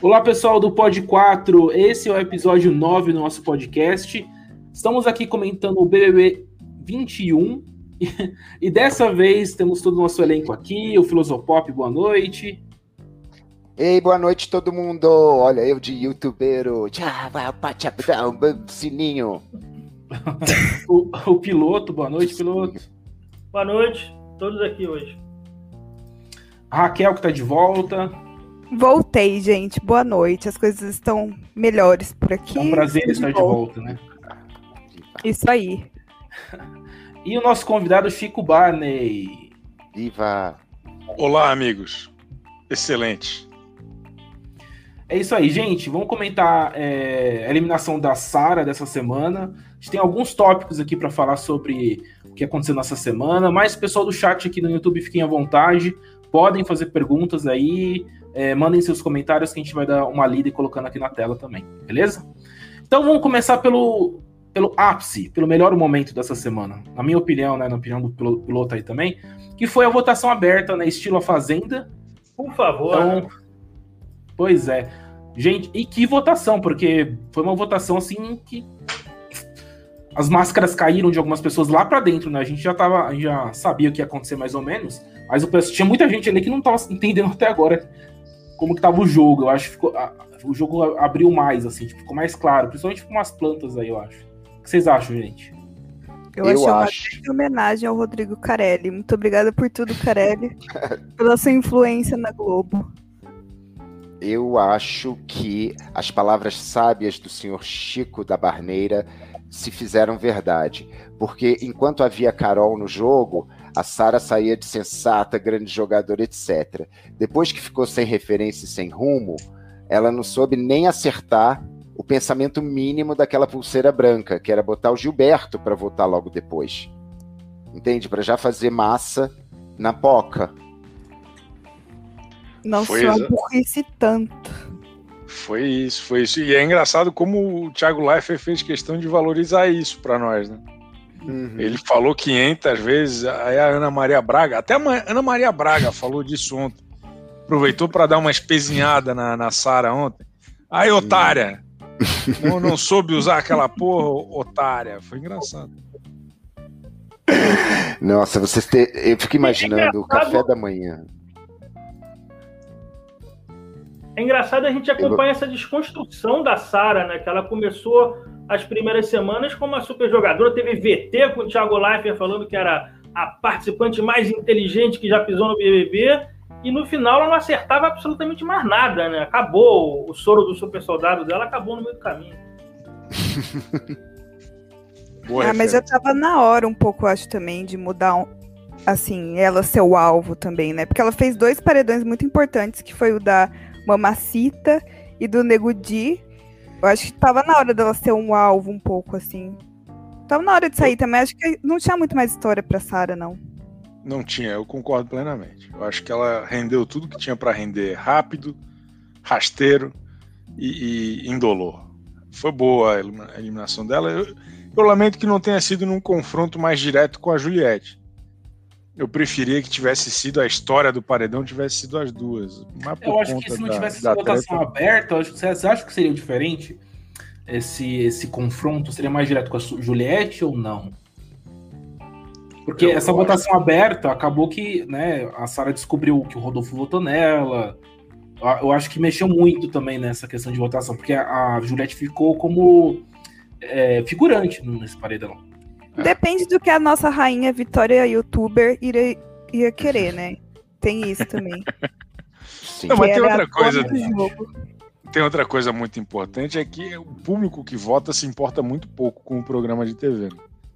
Olá, pessoal do Pod 4, esse é o episódio 9 do nosso podcast. Estamos aqui comentando o BBB 21 e dessa vez temos todo o nosso elenco aqui, o Filosopop, boa noite. Ei, boa noite todo mundo, olha eu de youtubeiro, sininho. o Piloto, boa noite, Piloto. Boa noite, todos aqui hoje. A Raquel que tá de volta. Voltei, gente. Boa noite. As coisas estão melhores por aqui. É um prazer estar de volta, né? Isso aí. E o nosso convidado, Chico Barney. Viva! Olá, amigos. Excelente. É isso aí, gente. Vamos comentar a eliminação da Sarah dessa semana. A gente tem alguns tópicos aqui para falar sobre o que aconteceu nessa semana, mas o pessoal do chat aqui no YouTube, fiquem à vontade. Podem fazer perguntas aí. Mandem seus comentários que a gente vai dar uma lida e colocando aqui na tela também, beleza? Então vamos começar pelo ápice, pelo melhor momento dessa semana, na minha opinião, né, na opinião do piloto aí também, que foi a votação aberta, né, estilo A Fazenda. Por favor. Então, pois é. Gente, e que votação, porque foi uma votação assim que as máscaras caíram de algumas pessoas lá pra dentro, né? A gente já sabia o que ia acontecer mais ou menos, mas tinha muita gente ali que não tava entendendo até agora como que tava o jogo. Eu acho que o jogo abriu mais, assim, tipo, ficou mais claro, principalmente com umas plantas aí, eu acho. O que vocês acham, gente? Eu achei uma grande homenagem ao Rodrigo Carelli. Muito obrigada por tudo, Carelli, pela sua influência na Globo. Eu acho que as palavras sábias do senhor Chico da Barneira se fizeram verdade, porque enquanto havia Carol no jogo, a Sarah saía de sensata, grande jogadora, etc. Depois que ficou sem referência e sem rumo, ela não soube nem acertar o pensamento mínimo daquela pulseira branca, que era botar o Gilberto para votar logo depois. Entende? Para já fazer massa na poca. Não se aborrece tanto. Foi isso. E é engraçado como o Thiago Leifert fez questão de valorizar isso para nós, né? Uhum. Ele falou 500 vezes, aí a Ana Maria Braga, até a Ana Maria Braga falou disso ontem. Aproveitou para dar uma espezinhada na Sarah ontem. Aí, otária! Não soube usar aquela porra, otária. Foi engraçado. Nossa, eu fico imaginando o café da manhã. É engraçado, a gente acompanha essa desconstrução da Sarah, né? Que ela começou as primeiras semanas como uma super jogadora, teve VT com o Thiago Leifert falando que era a participante mais inteligente que já pisou no BBB, e no final ela não acertava absolutamente mais nada, né? Acabou o soro do super soldado dela, acabou no meio do caminho. Mas já tava na hora um pouco, acho, também, de mudar assim, ela ser o alvo também, né? Porque ela fez 2 paredões muito importantes, que foi o da Mamacita e do Nego Di. Eu acho que tava na hora dela ser um alvo um pouco, assim. Tava na hora de sair também. Acho que não tinha muito mais história pra Sarah, não. Não tinha, eu concordo plenamente. Eu acho que ela rendeu tudo que tinha pra render rápido, rasteiro e indolor. Foi boa a eliminação dela. Eu lamento que não tenha sido num confronto mais direto com a Juliette. Eu preferia que tivesse sido a história do paredão, tivesse sido as duas. Eu acho que se não tivesse essa votação aberta, vocês acham que seria diferente? Esse confronto seria mais direto com a Juliette ou não? Porque essa votação aberta acabou que, né, a Sarah descobriu que o Rodolfo votou nela. Eu acho que mexeu muito também nessa questão de votação, porque a Juliette ficou como figurante nesse paredão. Depende do que a nossa rainha Vitória youtuber ia querer, né? Tem isso também. Sim. Não, mas tem outra coisa muito importante, é que o público que vota se importa muito pouco com o programa de TV.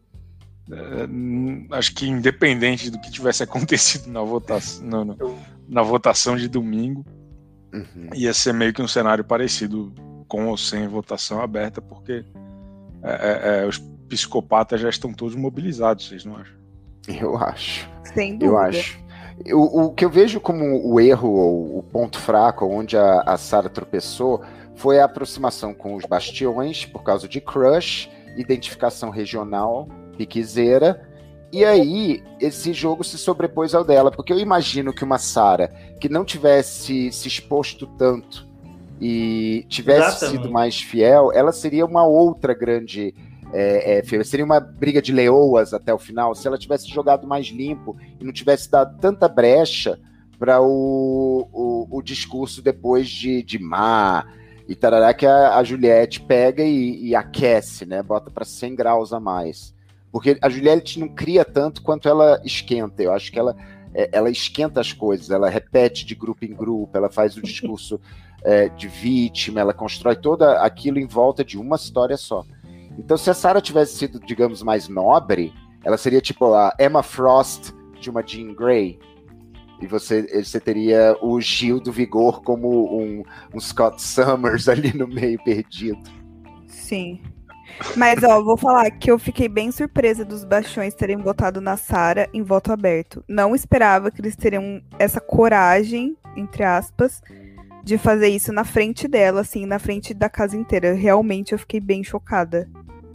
Acho que independente do que tivesse acontecido na votação de domingo, ia ser meio que um cenário parecido com ou sem votação aberta, porque os psicopatas já estão todos mobilizados, vocês não acham? Eu acho. Sem dúvida. Eu acho. O que eu vejo como o erro, ou o ponto fraco, onde a Sarah tropeçou, foi a aproximação com os bastiões, por causa de crush, identificação regional, piquezeira, e aí esse jogo se sobrepôs ao dela, porque eu imagino que uma Sarah que não tivesse se exposto tanto e tivesse sido mais fiel, ela seria uma outra grande... seria uma briga de leoas até o final, se ela tivesse jogado mais limpo e não tivesse dado tanta brecha para o discurso depois de Má e tarará, que a Juliette pega e aquece, né? Bota para 100 graus a mais. Porque a Juliette não cria tanto quanto ela esquenta. Eu acho que ela esquenta as coisas, ela repete de grupo em grupo, ela faz o discurso de vítima, ela constrói todo aquilo em volta de uma história só. Então, se a Sarah tivesse sido, digamos, mais nobre, ela seria tipo a Emma Frost de uma Jean Grey. E você teria o Gil do Vigor como um Scott Summers ali no meio perdido. Sim. Mas, vou falar que eu fiquei bem surpresa dos Bastiões terem votado na Sarah em voto aberto. Não esperava que eles teriam essa coragem, entre aspas, de fazer isso na frente dela, assim, na frente da casa inteira. Realmente eu fiquei bem chocada.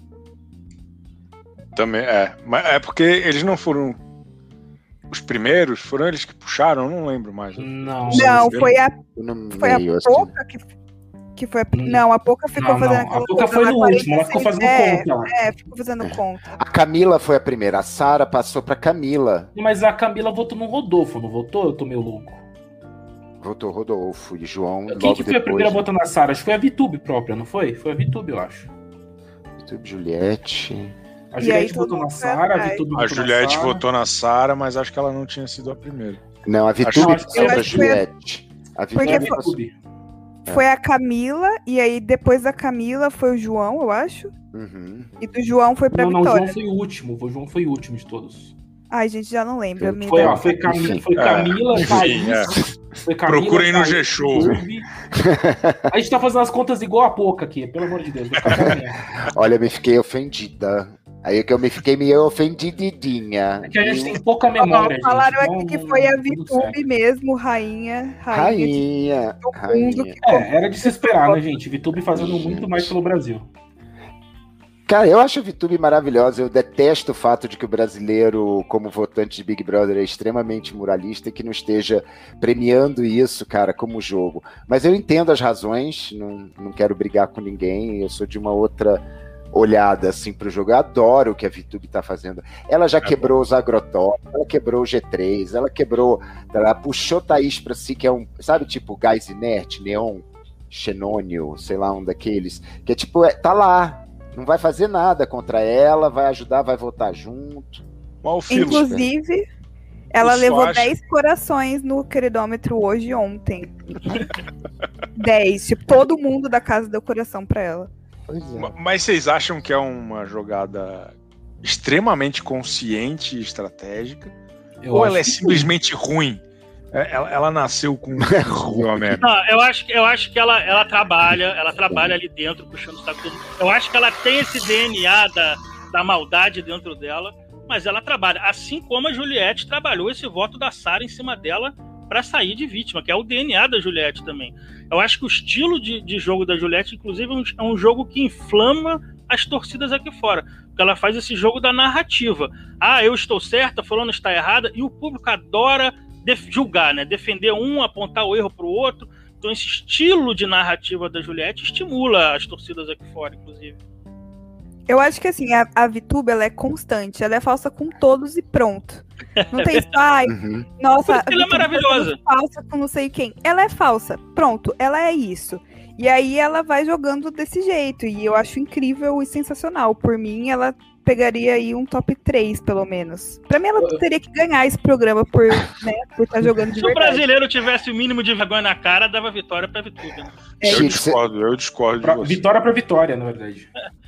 Também mas é porque eles não foram os primeiros, foram eles que puxaram, eu não lembro mais. Não, foi a Poca que foi a... Não, a Poca ficou fazendo aquela... A Poca foi no último, ela ficou fazendo conta. Ficou fazendo conta. A Camila foi a primeira, a Sarah passou pra Camila. Mas a Camila votou no Rodolfo, não votou? Eu tô meio louco. Votou Rodolfo e João. Quem que foi a primeira a votar na Sarah? Acho que foi a Vitube própria, não foi? Foi a Vitube, eu acho. Vitube, Juliette... A Juliette votou na Sarah, a Vitube votou na Sarah. A Juliette votou na Sarah, mas acho que ela não tinha sido a primeira. Não, a Vitube passou pra Juliette. A Vitube foi a Camila, e aí depois da Camila foi o João, eu acho. Uhum. E do João foi pra Vitória. Não, o João foi o último. O João foi o último de todos. Ai, gente, já não lembro. Foi Camila, Thaís. Foi Camila, procurem no G-Show. A gente tá fazendo as contas igual a Poca aqui, pelo amor de Deus. Olha, me fiquei ofendida. Aí que eu me fiquei meio ofendidinha. É que a gente tem pouca memória. Falaram aqui que foi a Vitube mesmo, rainha. Era de se esperar, né, gente? Vitube fazendo muito mais pelo Brasil. Cara, eu acho a Vitube maravilhosa. Eu detesto o fato de que o brasileiro, como votante de Big Brother, é extremamente moralista e que não esteja premiando isso, cara, como jogo. Mas eu entendo as razões, não quero brigar com ninguém, eu sou de uma outra olhada assim pro jogo. Eu adoro o que a Vitube tá fazendo. Ela já quebrou os agrotóxicos, ela quebrou o G3, ela puxou Thaís pra si, que é um, sabe, tipo Gás Inerte, Neon, Xenônio, sei lá, um daqueles, que é tipo, tá lá, não vai fazer nada contra ela, vai ajudar, vai votar junto. Inclusive, ela levou 10 corações no queridômetro hoje e ontem. 10, tipo, todo mundo da casa deu coração pra ela. Mas vocês acham que é uma jogada extremamente consciente e estratégica? Ou ela é simplesmente ruim? Ela nasceu com Não, eu acho que ela trabalha ali dentro, puxando o saco todo. Eu acho que ela tem esse DNA da maldade dentro dela, mas ela trabalha. Assim como a Juliette trabalhou esse voto da Sarah em cima dela para sair de vítima, que é o DNA da Juliette também. Eu acho que o estilo de jogo da Juliette, inclusive, é um jogo que inflama as torcidas aqui fora. Porque ela faz esse jogo da narrativa. Ah, eu estou certa, fulano está errada, e o público adora julgar, né? Defender um, apontar o erro para o outro. Então esse estilo de narrativa da Juliette estimula as torcidas aqui fora, inclusive. Eu acho que assim, a Vitube, ela é constante, ela é falsa com todos e pronto. Não tem isso, nossa, ela é maravilhosa. Falsa com não sei quem. Ela é falsa, pronto, ela é isso. E aí ela vai jogando desse jeito, e eu acho incrível e sensacional. Por mim, ela pegaria aí um top 3, pelo menos. Pra mim, ela teria que ganhar esse programa por estar jogando de verdade. Se o brasileiro tivesse o mínimo de vergonha na cara, dava vitória pra Vitube. Né? Eu discordo de você. Vitória pra Vitória, na verdade.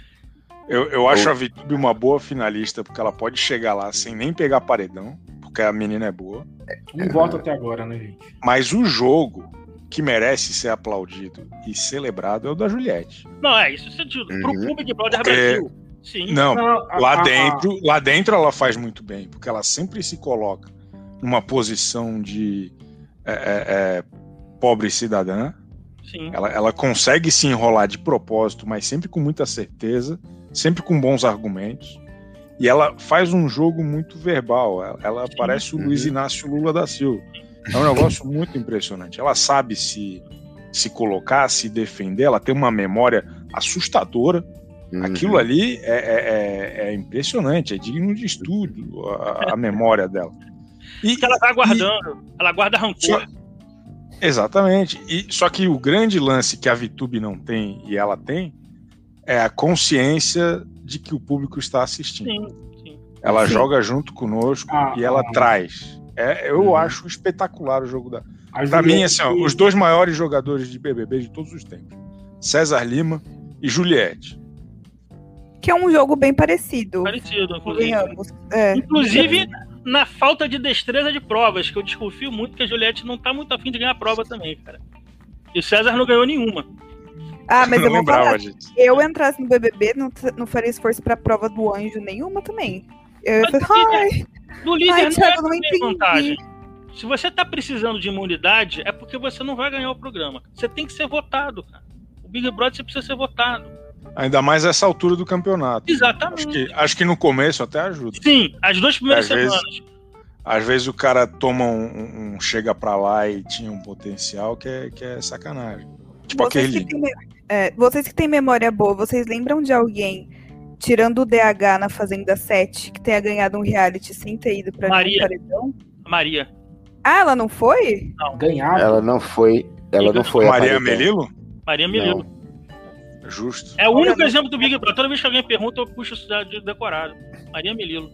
Eu acho a Vitube uma boa finalista, porque ela pode chegar lá sem nem pegar paredão, porque a menina é boa. Um voto até agora, né, gente? Mas o jogo que merece ser aplaudido e celebrado é o da Juliette. Não, isso é sentido. Pro Big Brother Brasil. Sim. Não, lá dentro ela faz muito bem, porque ela sempre se coloca numa posição de pobre cidadã. Sim. Ela consegue se enrolar de propósito, mas sempre com muita certeza, sempre com bons argumentos. E ela faz um jogo muito verbal. Ela parece o Luiz Inácio Lula da Silva. É um negócio muito impressionante. Ela sabe se se colocar, se defender, ela tem uma memória assustadora. Aquilo ali é impressionante, é digno de estudo, a memória dela. Porque ela vai guardando, ela guarda rancor. Exatamente. Só que o grande lance que a VTube não tem e ela tem é a consciência de que o público está assistindo. Sim. Ela joga junto conosco e ela traz. Eu acho espetacular o jogo da... Para mim, assim, os 2 maiores jogadores de BBB de todos os tempos. César Lima e Juliette. Que é um jogo bem parecido. Inclusive, na falta de destreza de provas, que eu desconfio muito que a Juliette não tá muito afim de ganhar a prova também, cara. E o César não ganhou nenhuma. Mas eu vou falar, eu entrasse no BBB, não faria esforço pra prova do anjo nenhuma também. Eu ia falar, no líder não tem vantagem. Se você tá precisando de imunidade, é porque você não vai ganhar o programa. Você tem que ser votado, cara. O Big Brother você precisa ser votado. Ainda mais essa altura do campeonato. Exatamente. Acho que no começo até ajuda. Sim, as 2 primeiras semanas. Às vezes o cara toma um chega pra lá e tinha um potencial que é sacanagem. Tipo vocês que têm memória boa, vocês lembram de alguém, tirando o DH na Fazenda 7, que tenha ganhado um reality sem ter ido pra Maria. Paredão? Maria. Ela não foi? Não. Ganhava. Ela não foi. Maria Melilo? Maria Melilo. Justo. É o único exemplo do Big Brother. Toda vez que alguém pergunta, eu puxo isso de decorado. Maria Melilo.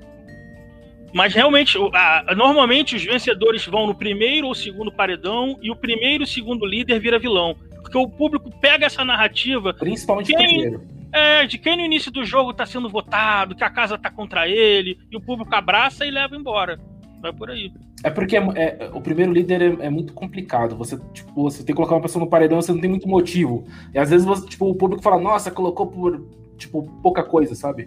Mas realmente, normalmente os vencedores vão no primeiro ou segundo paredão e o primeiro e segundo líder vira vilão. Porque o público pega essa narrativa. Principalmente o primeiro. De quem no início do jogo tá sendo votado, que a casa tá contra ele, e o público abraça e leva embora. Vai por aí. É porque o primeiro líder é muito complicado. Você tem que colocar uma pessoa no paredão, você não tem muito motivo. E às vezes o público fala, nossa, colocou por pouca coisa, sabe?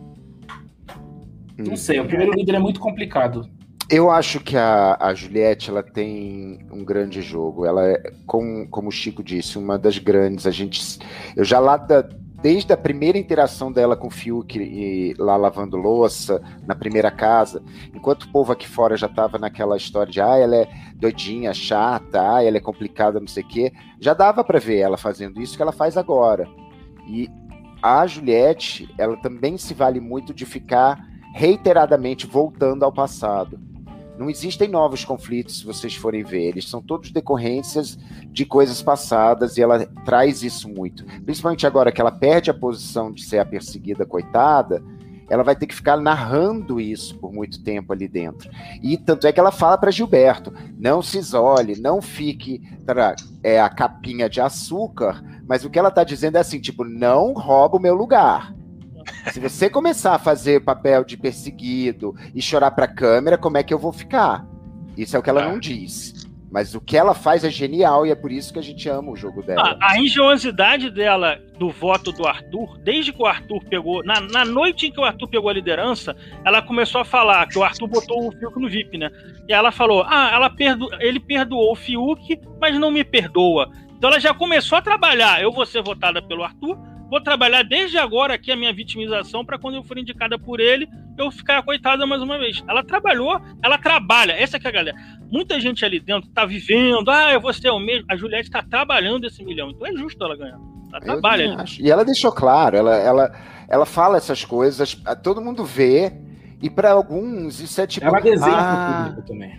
Não sei, o primeiro líder é muito complicado. Eu acho que a Juliette, ela tem um grande jogo. Ela é, como o Chico disse, uma das grandes. Eu já desde a primeira interação dela com o Fiuk lá lavando louça, na primeira casa, enquanto o povo aqui fora já estava naquela história de ela é doidinha, chata, ela é complicada, não sei o quê, já dava para ver ela fazendo isso que ela faz agora. E a Juliette, ela também se vale muito de ficar reiteradamente voltando ao passado. Não existem novos conflitos, se vocês forem ver. Eles são todos decorrências de coisas passadas e ela traz isso muito. Principalmente agora que ela perde a posição de ser a perseguida coitada, ela vai ter que ficar narrando isso por muito tempo ali dentro. E tanto é que ela fala para Gilberto, não se isole, não fique a capinha de açúcar, mas o que ela está dizendo é assim, não rouba o meu lugar. Se você começar a fazer papel de perseguido e chorar pra câmera, como é que eu vou ficar? Isso é o que ela não diz. Mas o que ela faz é genial e é por isso que a gente ama o jogo dela. A engenhosidade dela do voto do Arthur, desde que o Arthur pegou... Na noite em que o Arthur pegou a liderança, ela começou a falar que o Arthur botou o Fiuk no VIP, né? E ela falou, ele perdoou o Fiuk, mas não me perdoa. Então ela já começou a trabalhar. Eu vou ser votada pelo Arthur, vou trabalhar desde agora aqui a minha vitimização para quando eu for indicada por ele, eu ficar coitada mais uma vez. Ela trabalhou, ela trabalha. Essa que é a galera. Muita gente ali dentro tá vivendo, eu vou ser o mesmo. A Juliette tá trabalhando esse milhão, então é justo ela ganhar. Ela trabalha ali. E ela deixou claro, ela fala essas coisas, todo mundo vê, e para alguns isso é tipo... Ela desenha pro público também.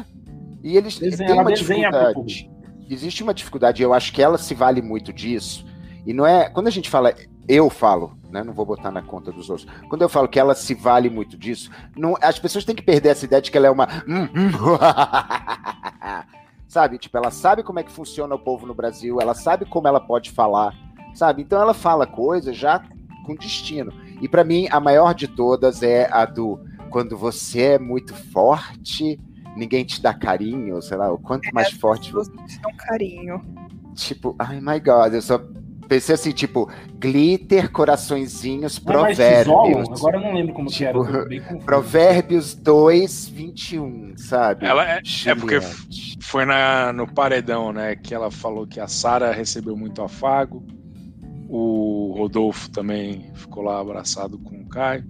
E eles têm uma dificuldade. Existe uma dificuldade, eu acho que ela se vale muito disso. E não é... Quando a gente fala... Eu falo, né? Não vou botar na conta dos outros. Quando eu falo que ela se vale muito disso, as pessoas têm que perder essa ideia de que ela é uma... sabe? Ela sabe como é que funciona o povo no Brasil, ela sabe como ela pode falar, sabe? Então ela fala coisas já com destino. E pra mim, a maior de todas é a do... Quando você é muito forte, ninguém te dá carinho, sei lá, o quanto mais forte você te dá um carinho. Ai my God, eu só pensei assim, glitter, coraçõezinhos, provérbios. Agora eu não lembro como que era. Provérbios 2, 21, sabe? Ela é porque foi no paredão, né, que ela falou que a Sara recebeu muito afago, o Rodolfo também ficou lá abraçado com o Caio,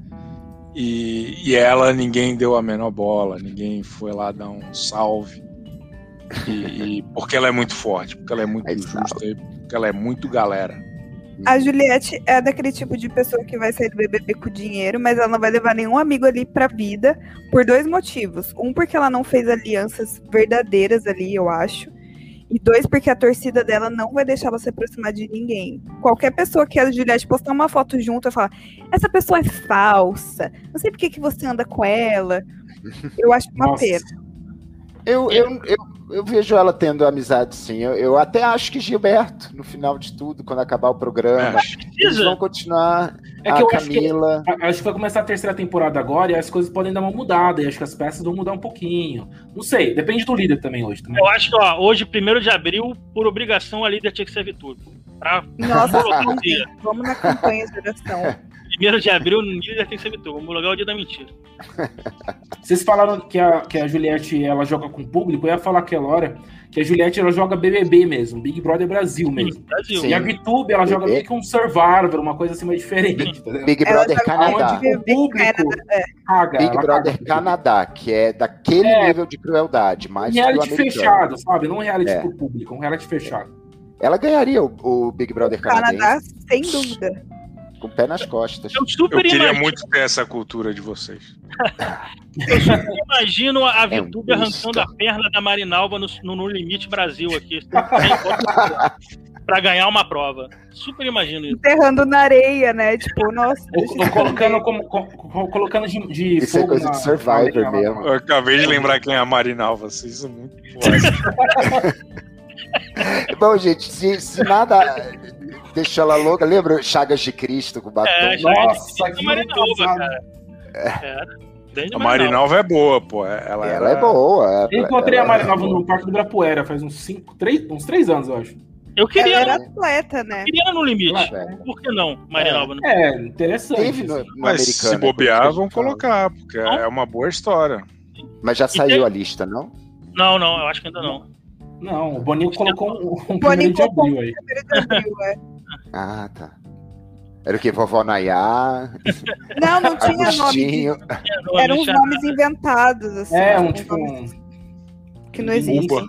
e ela, ninguém deu a menor bola, ninguém foi lá dar um salve. E porque ela é muito forte, porque ela é muito justa, e porque ela é muito galera. A Juliette é daquele tipo de pessoa que vai sair do BBB com dinheiro, mas ela não vai levar nenhum amigo ali pra vida por 2 motivos. Um, porque ela não fez alianças verdadeiras ali, eu acho. E 2, porque a torcida dela não vai deixar ela se aproximar de ninguém. Qualquer pessoa que a Juliette postar uma foto junto vai falar: essa pessoa é falsa, não sei por que você anda com ela. Eu acho uma pena. Eu vejo ela tendo amizade, sim. Eu até acho que Gilberto, no final de tudo, quando acabar o programa, eles vão continuar. Que eu Camila. Acho que vai começar a 3ª temporada agora e as coisas podem dar uma mudada. E acho que as peças vão mudar um pouquinho. Não sei, depende do líder também hoje. Também. Eu acho que hoje, 1º de abril, por obrigação, a líder tinha que ser Vitor. Nossa, vamos na campanha de oração. 1º de abril, o líder tem que ser Vitor. Vamos logar o dia da mentira. Vocês falaram que a Juliette ela joga com o público. Eu ia falar aquela hora que a Juliette ela joga BBB mesmo, Big Brother Brasil mesmo. Brasil. E a VTube ela joga meio que um Survivor, uma coisa assim mais diferente. Big Brother Canadá. O público caga. Big Brother Canadá, que é daquele nível de crueldade, mais um reality fechado, sabe? Não um reality pro público, um reality fechado. Ela ganharia o Big Brother Canadá. Canadá, sem dúvida. Com o pé nas costas. Eu queria muito ter essa cultura de vocês. Eu super imagino a VTube arrancando a perna da Marinalva no Limite Brasil aqui. Pra ganhar uma prova. Super imagino isso. Enterrando na areia, né? Tipo, nossa. Colocando de isso fogo. É coisa de Survivor mesmo. Eu acabei de lembrar quem é a Marinalva. Isso é muito forte. Bom, gente, se nada deixou ela louca, lembra Chagas de Cristo com batom? Nossa, que Marinalva, cara. A Marinalva é boa, pô. Ela é boa. Eu encontrei a Marinalva no Parque do Ibirapuera faz uns 3 anos, eu acho. Eu queria. Ela era atleta, né? Eu queria no limite. Por que não, Marinalva? Interessante. Teve no mas se bobear, vão colocar, porque é uma boa história. Mas já saiu a lista, não? Não, eu acho que ainda não. Não, o Boninho colocou um 1º de abril aí. Ah, tá. Era o que? Vovó Nayá? Não tinha nome. Eram uns nomes inventados, assim. Que não existem.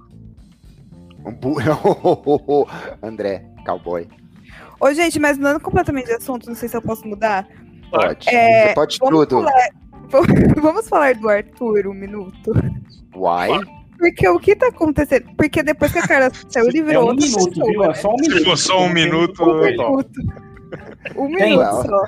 André, cowboy. Ô, gente, mas mudando completamente de assunto, não sei se eu posso mudar. Pode. Você pode tudo. Vamos falar do Arthur um minuto. Why? Porque o que tá acontecendo? Porque depois que a Carla saiu, ele virou outra pessoa. Viu? É só um minuto. Se for só um minuto. Um minuto só.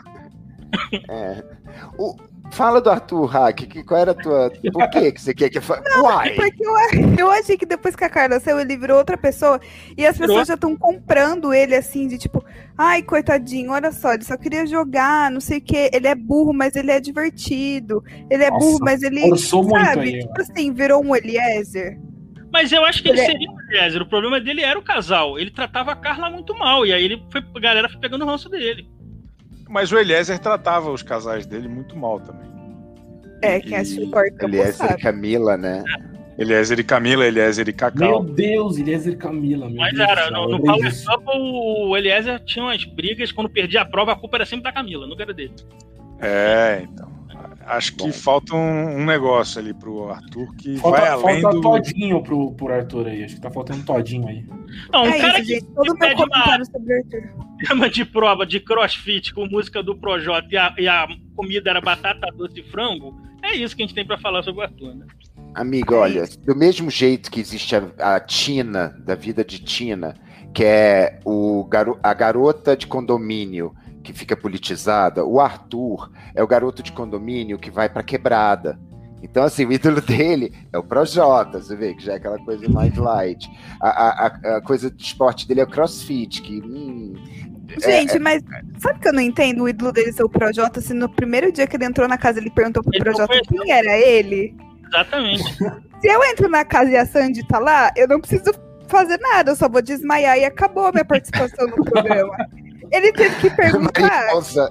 Fala do Arthur Hack, qual era a tua... Por que você quer que eu fale? Porque eu achei que depois que a Carla saiu, ele virou outra pessoa, e as pessoas já estão comprando ele, assim, de tipo, ai, coitadinho, olha só, ele só queria jogar, não sei o que, ele é burro, mas ele é divertido, ele é burro, mas ele, sabe, tipo assim, virou um Eliezer. Mas eu acho que ele seria um Eliezer, o problema dele era o casal, ele tratava a Carla muito mal, e aí a galera foi pegando o ranço dele. Mas o Eliezer tratava os casais dele muito mal também. Quem assistiu o Eliezer e Camila, né? Eliezer e Camila, Eliezer e Cacau. Meu Deus, Eliezer e Camila. Mas era, no Power Cup o Eliezer tinha umas brigas, quando perdia a prova, a culpa era sempre da Camila, nunca era dele. Então. Acho que falta um negócio ali pro Arthur que vai além do... Falta todinho pro Arthur aí. Acho que tá faltando todinho aí. Não, um cara gente, todo meu comentário sobre o Arthur. Tema de prova de crossfit com música do Projota e a comida era batata doce e frango, é isso que a gente tem pra falar sobre o Arthur, né? Amigo, olha, do mesmo jeito que existe a Tina, da vida de Tina, que é a garota de condomínio que fica politizada, o Arthur é o garoto de condomínio que vai pra quebrada. Então, assim, o ídolo dele é o Projota, você vê, que já é aquela coisa mais light. A coisa de esporte dele é o crossfit, que... Gente, mas sabe que eu não entendo o ídolo dele ser o Projota, se no primeiro dia que ele entrou na casa ele perguntou pro Projota quem era ele? Exatamente. Se eu entro na casa e a Sandy tá lá, eu não preciso fazer nada, eu só vou desmaiar e acabou a minha participação no programa. Ele teve que perguntar...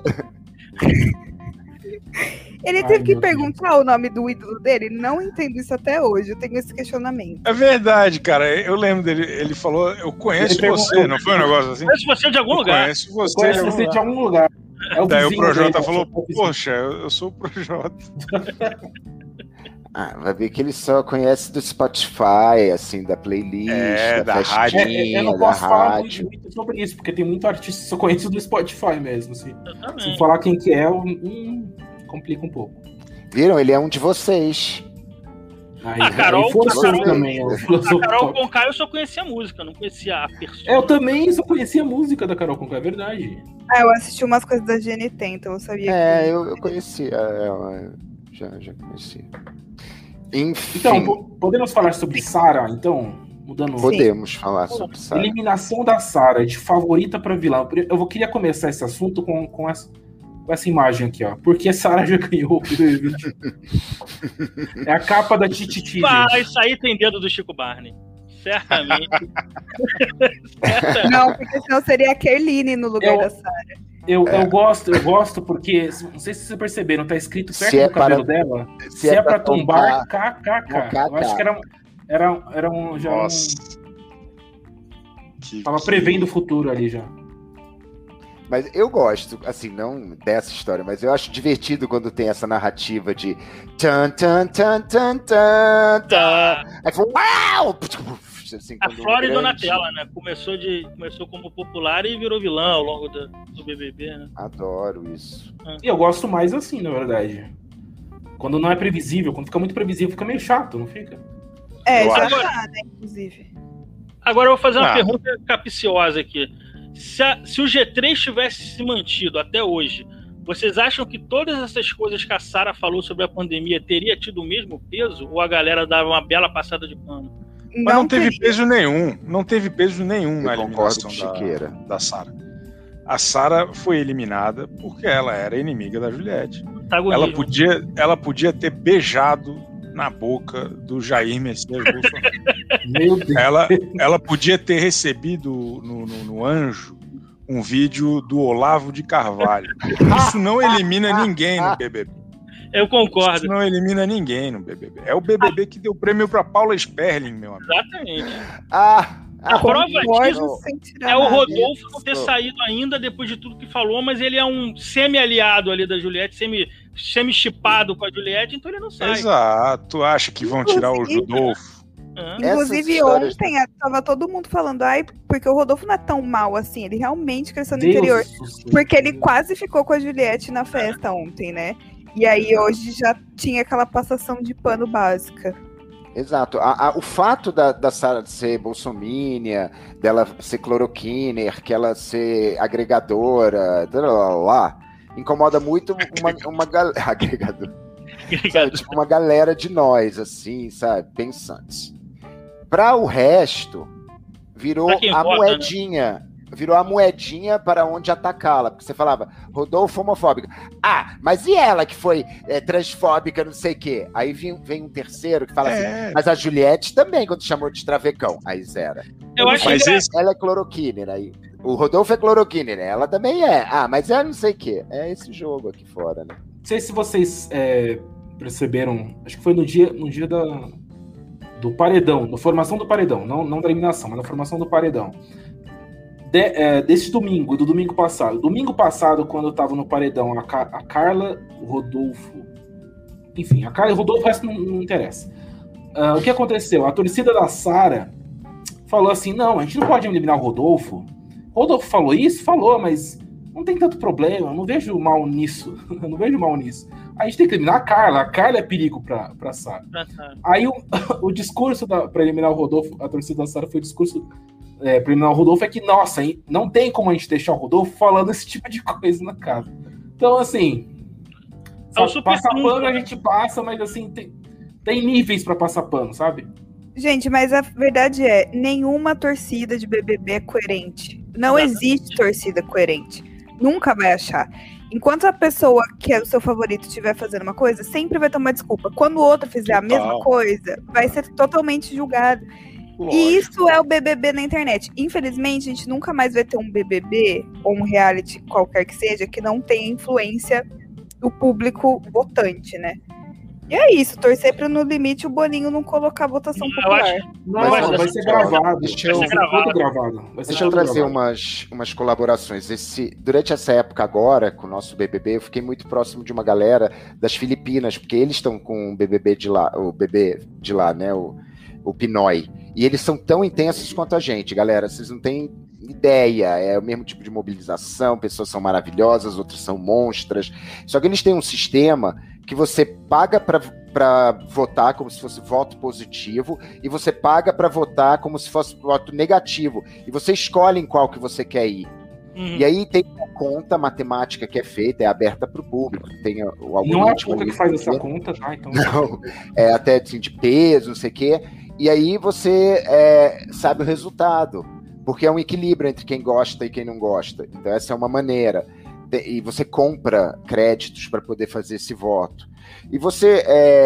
Ele teve que perguntar o nome do ídolo dele. Não entendo isso até hoje. Eu tenho esse questionamento. É verdade, cara. Eu lembro dele. Ele falou: eu conheço você. Não foi um negócio assim? Conheço você de algum lugar. Conheço você de algum lugar. Daí o Projota falou: poxa, eu sou o Projota. Vai ver que ele só conhece do Spotify, assim, da playlist, da festinha, eu não posso falar muito sobre isso, porque tem muito artista que só conhece do Spotify mesmo. Se falar quem que é, complica um pouco. Viram? Ele é um de vocês. A Carol também. A Carol Conká eu só conhecia a música, não conhecia a persona. Eu também só conhecia a música da Carol Conká, é verdade. Eu assisti umas coisas da GNT, então eu sabia que... eu conhecia ela, já conhecia. Enfim. Então, podemos falar sobre Sarah, então? Podemos falar sobre Sarah. Eliminação da Sarah, de favorita para vilã. Eu queria começar esse assunto com essa imagem aqui, ó. Porque a Sarah já ganhou o BBB. É a capa da Tititi. Isso aí tem dedo do Chico Barney. Certamente. Não, porque senão seria a Kerline no lugar da Sarah. Eu gosto porque, não sei se vocês perceberam, tá escrito perto do cabelo dela. Se é pra tombar, KKK. Eu acho que era um. Tava prevendo o futuro ali já. Mas eu gosto, assim, não dessa história, mas eu acho divertido quando tem essa narrativa de tan, tan, tan, tan, tan, tan. Aí foi uau! Assim, a Flora e Donatella, né? Começou como popular e virou vilã ao longo do BBB, né? Adoro isso. E eu gosto mais assim, na verdade. Quando não é previsível, quando fica muito previsível, fica meio chato, não fica? Já tá, né, inclusive. Agora eu vou fazer uma pergunta capciosa aqui. Se o G3 tivesse se mantido até hoje, vocês acham que todas essas coisas que a Sarah falou sobre a pandemia teria tido o mesmo peso? Ou a galera dava uma bela passada de pano? Mas não teve peso nenhum. Não teve peso nenhum na eliminação da Sarah. A Sarah foi eliminada porque ela era inimiga da Juliette. Ela podia ter beijado na boca do Jair Messias Bolsonaro. Meu Deus. Ela podia ter recebido no Anjo um vídeo do Olavo de Carvalho. Isso não elimina ninguém no BBB. Eu concordo. Isso não elimina ninguém no BBB. É o BBB que deu prêmio pra Paula Sperling, meu amigo. Exatamente. A prova disso é o Rodolfo não ter saído ainda depois de tudo que falou, mas ele é um semi-aliado ali da Juliette, semi-chipado com a Juliette, então ele não sai. Exato. Acha que vão tirar o Rodolfo? Inclusive ontem tava todo mundo falando, porque o Rodolfo não é tão mal assim, ele realmente cresceu no interior, porque ele quase ficou com a Juliette na festa ontem, né? E aí hoje já tinha aquela passação de pano básica. Exato. O fato da Sarah ser bolsomínia, dela ser cloroquiner, que ela ser agregadora, incomoda muito uma galera. Agregador. Tipo, uma galera de nós, assim, sabe? Pensantes. Para o resto, virou a moedinha. Né? Virou a moedinha para onde atacá-la. Porque você falava, Rodolfo homofóbica. Mas e ela que foi transfóbica, não sei o quê? Aí vem um terceiro que fala assim, mas a Juliette também, quando chamou de travecão. Aí zera. Ela é cloroquiner, aí. O Rodolfo é cloroquiner, ela também é. Mas ela não sei o quê. É esse jogo aqui fora, né? Não sei se vocês perceberam, acho que foi no dia do paredão, da formação do paredão, não da eliminação, mas da formação do paredão. Desse domingo, do domingo passado. Domingo passado, quando eu tava no paredão, a Carla, o Rodolfo... Enfim, a Carla e o Rodolfo, o resto não interessa. O que aconteceu? A torcida da Sarah falou assim, não, a gente não pode eliminar o Rodolfo. O Rodolfo falou isso? Falou, mas não tem tanto problema, eu não vejo mal nisso. A gente tem que eliminar a Carla é perigo pra Sarah. Aí o discurso pra eliminar o Rodolfo, a torcida da Sarah foi o discurso... pra eliminar o Rodolfo é que, nossa, não tem como a gente deixar o Rodolfo falando esse tipo de coisa na casa. Então, assim, passar pano a gente passa, mas assim, tem níveis pra passar pano, sabe? Gente, mas a verdade é, nenhuma torcida de BBB é coerente. Não existe torcida coerente. Nunca vai achar. Enquanto a pessoa que é o seu favorito estiver fazendo uma coisa, sempre vai ter uma desculpa. Quando o outro fizer a mesma coisa, vai ser totalmente julgado. Lógico. E isso é o BBB na internet. Infelizmente, a gente nunca mais vai ter um BBB ou um reality qualquer que seja que não tenha influência do público votante, né? E é isso, torcer para no limite o Boninho não colocar votação popular. Não, vai ser gravado. Deixa eu trazer umas colaborações. Durante essa época agora, com o nosso BBB, eu fiquei muito próximo de uma galera das Filipinas, porque eles estão com o bebê de lá, né, o Pinói. E eles são tão intensos quanto a gente, galera. Vocês não têm ideia. É o mesmo tipo de mobilização, pessoas são maravilhosas, outras são monstras. Só que eles têm um sistema que você paga para votar como se fosse voto positivo e você paga para votar como se fosse voto negativo. E você escolhe em qual que você quer ir. E aí tem uma conta matemática que é feita, é aberta para o público. Tem o algoritmo. Não é a conta que faz essa conta, tá? Então... Não, é até assim, de peso, não sei o quê. E aí você sabe o resultado. Porque é um equilíbrio entre quem gosta e quem não gosta. Então essa é uma maneira. E você compra créditos para poder fazer esse voto. E você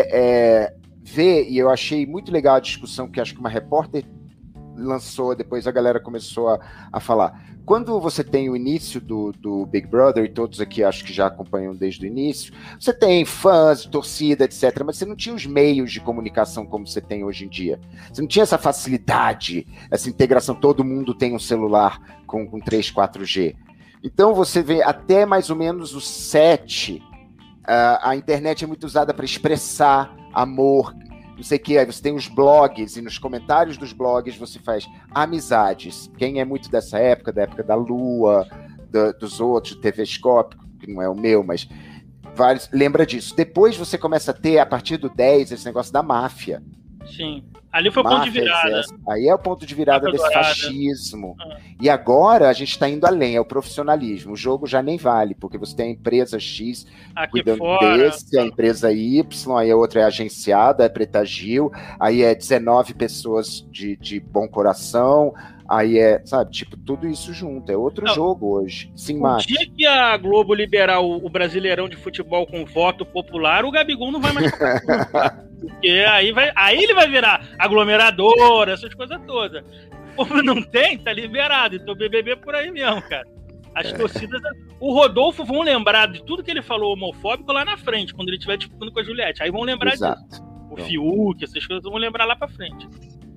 vê, e eu achei muito legal a discussão que acho que uma repórter lançou, depois a galera começou a falar. Quando você tem o início do Big Brother, e todos aqui acho que já acompanham desde o início, você tem fãs, torcida, etc., mas você não tinha os meios de comunicação como você tem hoje em dia. Você não tinha essa facilidade, essa integração, todo mundo tem um celular com 3, 4G. Então você vê até mais ou menos o 7, a internet é muito usada para expressar amor, não sei o que, aí você tem os blogs, e nos comentários dos blogs você faz amizades. Quem é muito dessa época, da época da Lua, dos outros, TV Scope, que não é o meu, mas vários, lembra disso. Depois você começa a ter, a partir do 10, esse negócio da máfia. Sim. Ali foi o ponto de virada. Aí é o ponto de virada desse fascismo. E agora a gente está indo além, é o profissionalismo. O jogo já nem vale, porque você tem a empresa X aqui cuidando fora, desse, a empresa Y, aí a outra é agenciada, é Preta Gil, aí é 19 pessoas de bom coração, aí sabe, tipo, tudo isso junto. É outro jogo hoje. Sim, o dia que a Globo liberar o Brasileirão de futebol com voto popular, o Gabigol não vai mais porque aí ele vai virar aglomerador, essas coisas todas. Como não tem, tá liberado. Então o BBB por aí mesmo, cara. As torcidas... O Rodolfo vão lembrar de tudo que ele falou homofóbico lá na frente, quando ele estiver disputando com a Juliette. Aí vão lembrar disso. O Fiuk, essas coisas vão lembrar lá pra frente.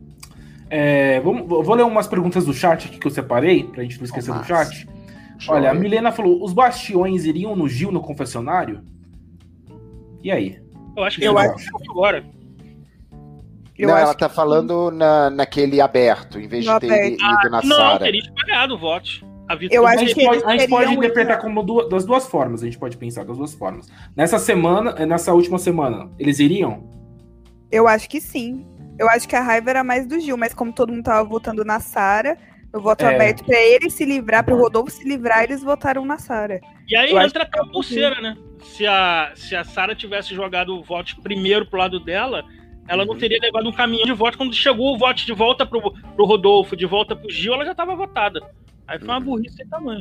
Vou ler umas perguntas do chat aqui que eu separei, pra gente não esquecer do chat. Olha, a Milena falou, os bastiões iriam no Gil no confessionário? E aí? Eu acho que agora. Ela tá falando naquele aberto, em vez de ter ido na Sara. Não, teria espalhado o voto. A gente pode interpretar das duas formas, a gente pode pensar das duas formas. Nessa última semana, eles iriam? Eu acho que sim. Eu acho que a raiva era mais do Gil, mas como todo mundo tava votando na Sara, no voto aberto pra ele se livrar, pro Rodolfo se livrar, eles votaram na Sara. E aí entra a pulseira, né? Se a Sara tivesse jogado o voto primeiro pro lado dela, ela não teria levado um caminho de voto. Quando chegou o voto de volta pro Rodolfo, de volta pro Gil, ela já tava votada. Aí foi uma burrice sem tamanho.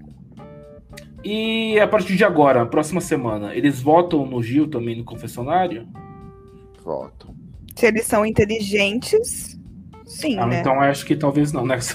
E a partir de agora, próxima semana, eles votam no Gil também no confessionário? Votam. Se eles são inteligentes, sim, né? Então acho que talvez não, né?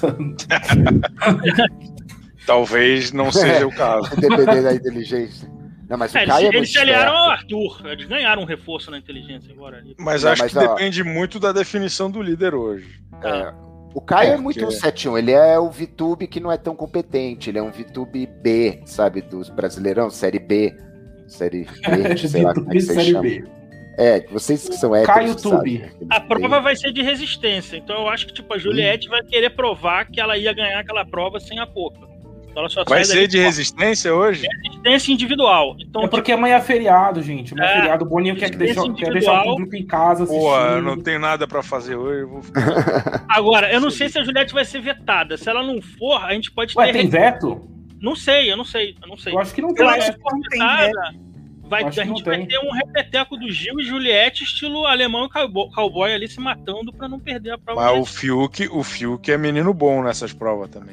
Talvez não seja o caso. Depender da inteligência. Não, mas o Caio eles se aliaram ao Arthur. Eles ganharam um reforço na inteligência agora. Mas acho que depende muito da definição do líder hoje. O Caio é muito um 7-1. Ele é o VTube que não é tão competente. Ele é um VTube B, sabe? Dos Brasileirão, Série B. Série B, sei lá como é que vocês chamam. Vocês que são héteros, sabe? A prova vai ser de resistência. Então eu acho que tipo, a Juliette vai querer provar que ela ia ganhar aquela prova sem a Poca. Então ela só vai ser de resistência hoje? Resistência individual. Então, porque amanhã é feriado, gente. Amanhã é feriado. O Boninho quer deixar o público em casa assistindo. Pô, eu não tenho nada pra fazer hoje. Eu vou ficar... Agora, eu não sei se a Juliette vai ser vetada. Se ela não for, a gente pode ter... tem veto? Não sei, eu não sei. Eu acho que não tem. A gente vai ter um repeteco do Gil e Juliette, estilo alemão e cowboy ali se matando pra não perder a prova. Mas o Fiuk é menino bom nessas provas também.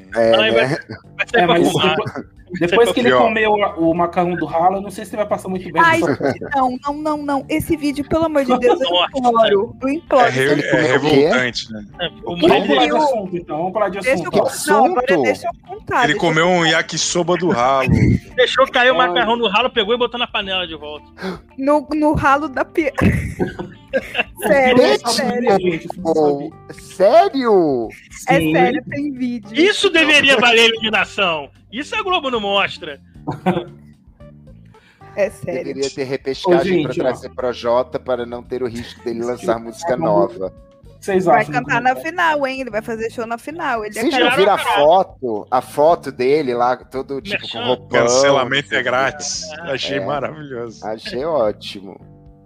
Depois que ele comeu o macarrão do ralo, eu não sei se ele vai passar muito bem. Ai, não. Esse vídeo, pelo amor de Deus, eu imploro. É revoltante, né? Vamos falar de assunto. Deixa eu contar. Ele comeu um yakisoba do ralo. Deixou cair o macarrão do ralo, pegou e botou na panela. lá de volta. No ralo da pia. Sério? Sério? É sério, tem vídeo. Isso deveria valer eliminação. Isso a Globo não mostra. É sério. Deveria ter repescagem para trazer Projota para não ter o risco dele lançar música nova. Vocês acham? Vai cantar na final, hein? Ele vai fazer show na final. Vocês já viram a foto dele lá, todo tipo com roupão? Cancelamento é grátis. Achei maravilhoso. Achei ótimo.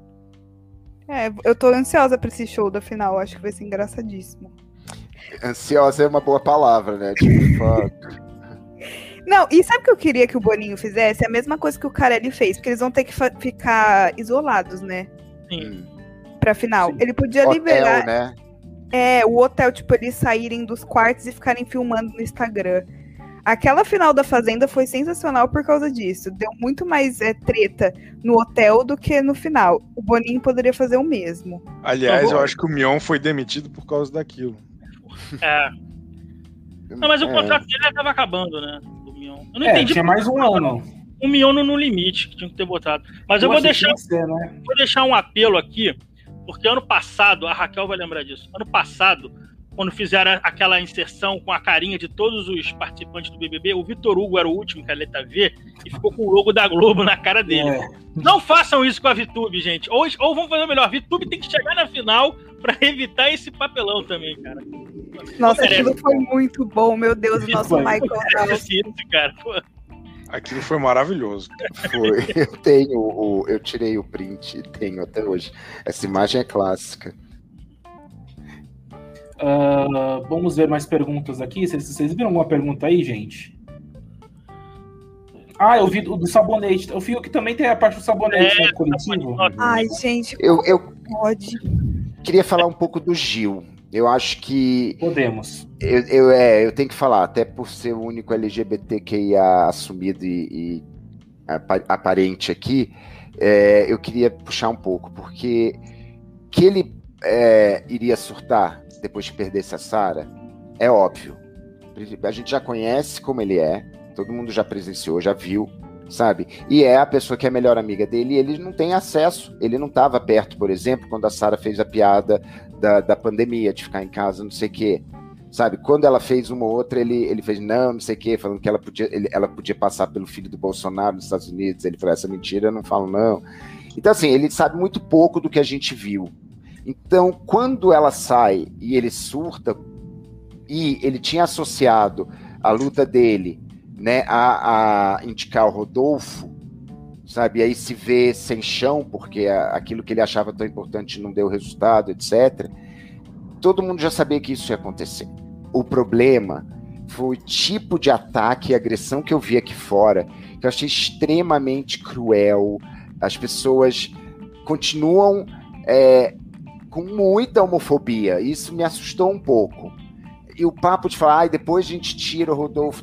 Eu tô ansiosa pra esse show da final. Acho que vai ser engraçadíssimo. Ansiosa é uma boa palavra, né? Tipo, Não, e sabe o que eu queria que o Boninho fizesse? A mesma coisa que o Carelli fez, porque eles vão ter que ficar isolados, né? Sim. Pra final. Sim. Ele podia hotel, liberar. Né? O hotel, tipo, eles saírem dos quartos e ficarem filmando no Instagram. Aquela final da Fazenda foi sensacional por causa disso. Deu muito mais treta no hotel do que no final. O Boninho poderia fazer o mesmo. Aliás, eu acho que o Mion foi demitido por causa daquilo. Não, mas o contrato dele já estava acabando, né? Do Mion. Eu não entendi. Tinha mais um ano. O Mion no limite, que tinha que ter botado. Mas eu vou deixar um apelo aqui, porque ano passado, a Raquel vai lembrar disso. Ano passado, quando fizeram aquela inserção com a carinha de todos os participantes do BBB, o Vitor Hugo era o último, que a letra V, e ficou com o logo da Globo na cara dele. Não façam isso com a VTube, gente. Ou vamos fazer melhor. A VTube tem que chegar na final pra evitar esse papelão também, cara. Nossa, aquilo foi muito bom, meu Deus, o nosso Michael cara. Aquilo foi maravilhoso. Foi. Eu tirei o print e tenho até hoje. Essa imagem é clássica. Vamos ver mais perguntas aqui. Vocês viram alguma pergunta aí, gente? Eu vi do sabonete. Eu vi que também tem a parte do sabonete, né, coletivo. Ai, gente, eu pode. Queria falar um pouco do Gil. Eu acho que... Podemos. Eu tenho que falar, até por ser o único LGBTQIA assumido e aparente aqui, eu queria puxar um pouco, porque que ele iria surtar depois de perder essa Sara, é óbvio. A gente já conhece como ele é, todo mundo já presenciou, já viu, sabe? E é a pessoa que é a melhor amiga dele e ele não tem acesso. Ele não estava perto, por exemplo, quando a Sara fez a piada da pandemia, de ficar em casa, não sei o quê. Sabe? Quando ela fez uma ou outra, ele fez não sei o quê, falando que ela podia passar pelo filho do Bolsonaro nos Estados Unidos. Ele falou, essa mentira eu não falo não. Então, assim, ele sabe muito pouco do que a gente viu. Então, quando ela sai e ele surta, e ele tinha associado a luta dele, né, a indicar o Rodolfo, sabe, e aí se vê sem chão, porque aquilo que ele achava tão importante não deu resultado, etc. Todo mundo já sabia que isso ia acontecer. O problema foi o tipo de ataque e agressão que eu vi aqui fora, que eu achei extremamente cruel. As pessoas continuam com muita homofobia. Isso me assustou um pouco. E o papo de falar, depois a gente tira o Rodolfo,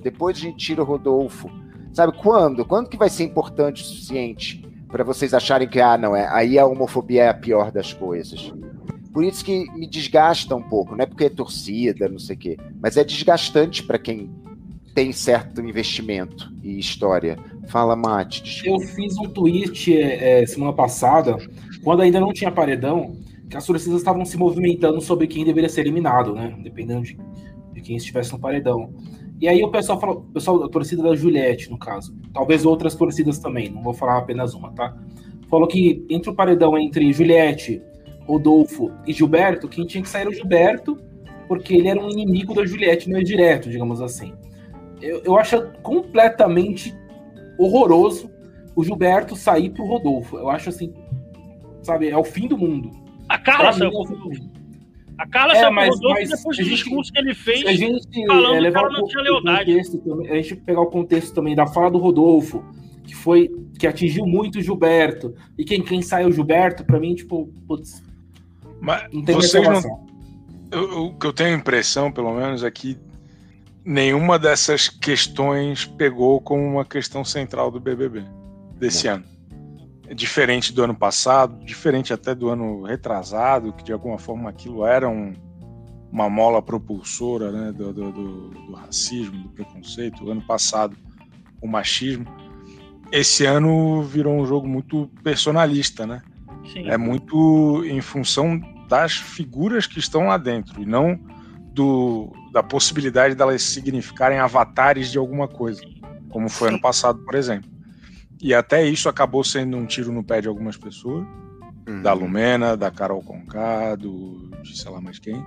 Sabe, quando? Quando que vai ser importante o suficiente para vocês acharem que, aí a homofobia é a pior das coisas? Por isso que me desgasta um pouco, não é porque é torcida, não sei o quê, mas é desgastante para quem tem certo investimento e história. Fala, Mate, desculpa. Eu fiz um tweet semana passada, quando ainda não tinha paredão, que as torcidas estavam se movimentando sobre quem deveria ser eliminado, né? Dependendo de quem estivesse no paredão. E aí o pessoal falou, a torcida da Juliette, no caso, talvez outras torcidas também, não vou falar apenas uma, tá? Falou que entre o paredão entre Juliette, Rodolfo e Gilberto, quem tinha que sair era o Gilberto, porque ele era um inimigo da Juliette meio direto, digamos assim. Eu acho completamente horroroso o Gilberto sair pro Rodolfo. Eu acho assim, sabe, é o fim do mundo. A Carla saiu pro Rodolfo. A Carla saiu pro Rodolfo depois do discurso que ele fez, a gente falando que ela não tinha lealdade. A gente pegar o contexto também da fala do Rodolfo, que atingiu muito o Gilberto, e quem saiu o Gilberto, pra mim, tipo, putz, mas não tem vocês reclamação. O que eu tenho a impressão, pelo menos, é que nenhuma dessas questões pegou como uma questão central do BBB desse ano. É diferente do ano passado, diferente até do ano retrasado, que de alguma forma aquilo era uma mola propulsora, né, do racismo, do preconceito. O ano passado, o machismo. esse ano virou um jogo muito personalista, né? Sim. É muito em função das figuras que estão lá dentro, e não da possibilidade delas significarem avatares de alguma coisa, como foi ano passado, por exemplo. E até isso acabou sendo um tiro no pé de algumas pessoas, da Lumena, da Carol Conká, de sei lá mais quem,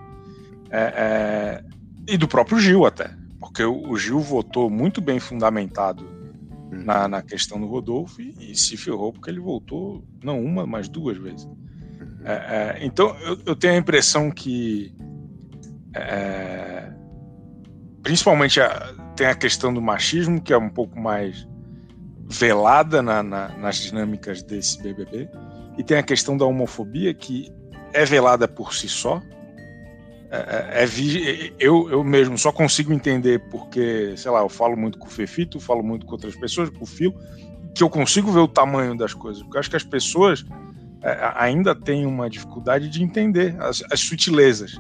e do próprio Gil até, porque o Gil votou muito bem fundamentado na questão do Rodolfo e se ferrou porque ele votou não uma, mas 2 vezes. Então eu tenho a impressão que principalmente tem a questão do machismo, que é um pouco mais velada nas dinâmicas desse BBB, e tem a questão da homofobia, que é velada por si só. Eu mesmo só consigo entender porque, sei lá, eu falo muito com o Fefito, falo muito com outras pessoas, com o Fio, que eu consigo ver o tamanho das coisas, porque eu acho que as pessoas ainda têm uma dificuldade de entender as sutilezas.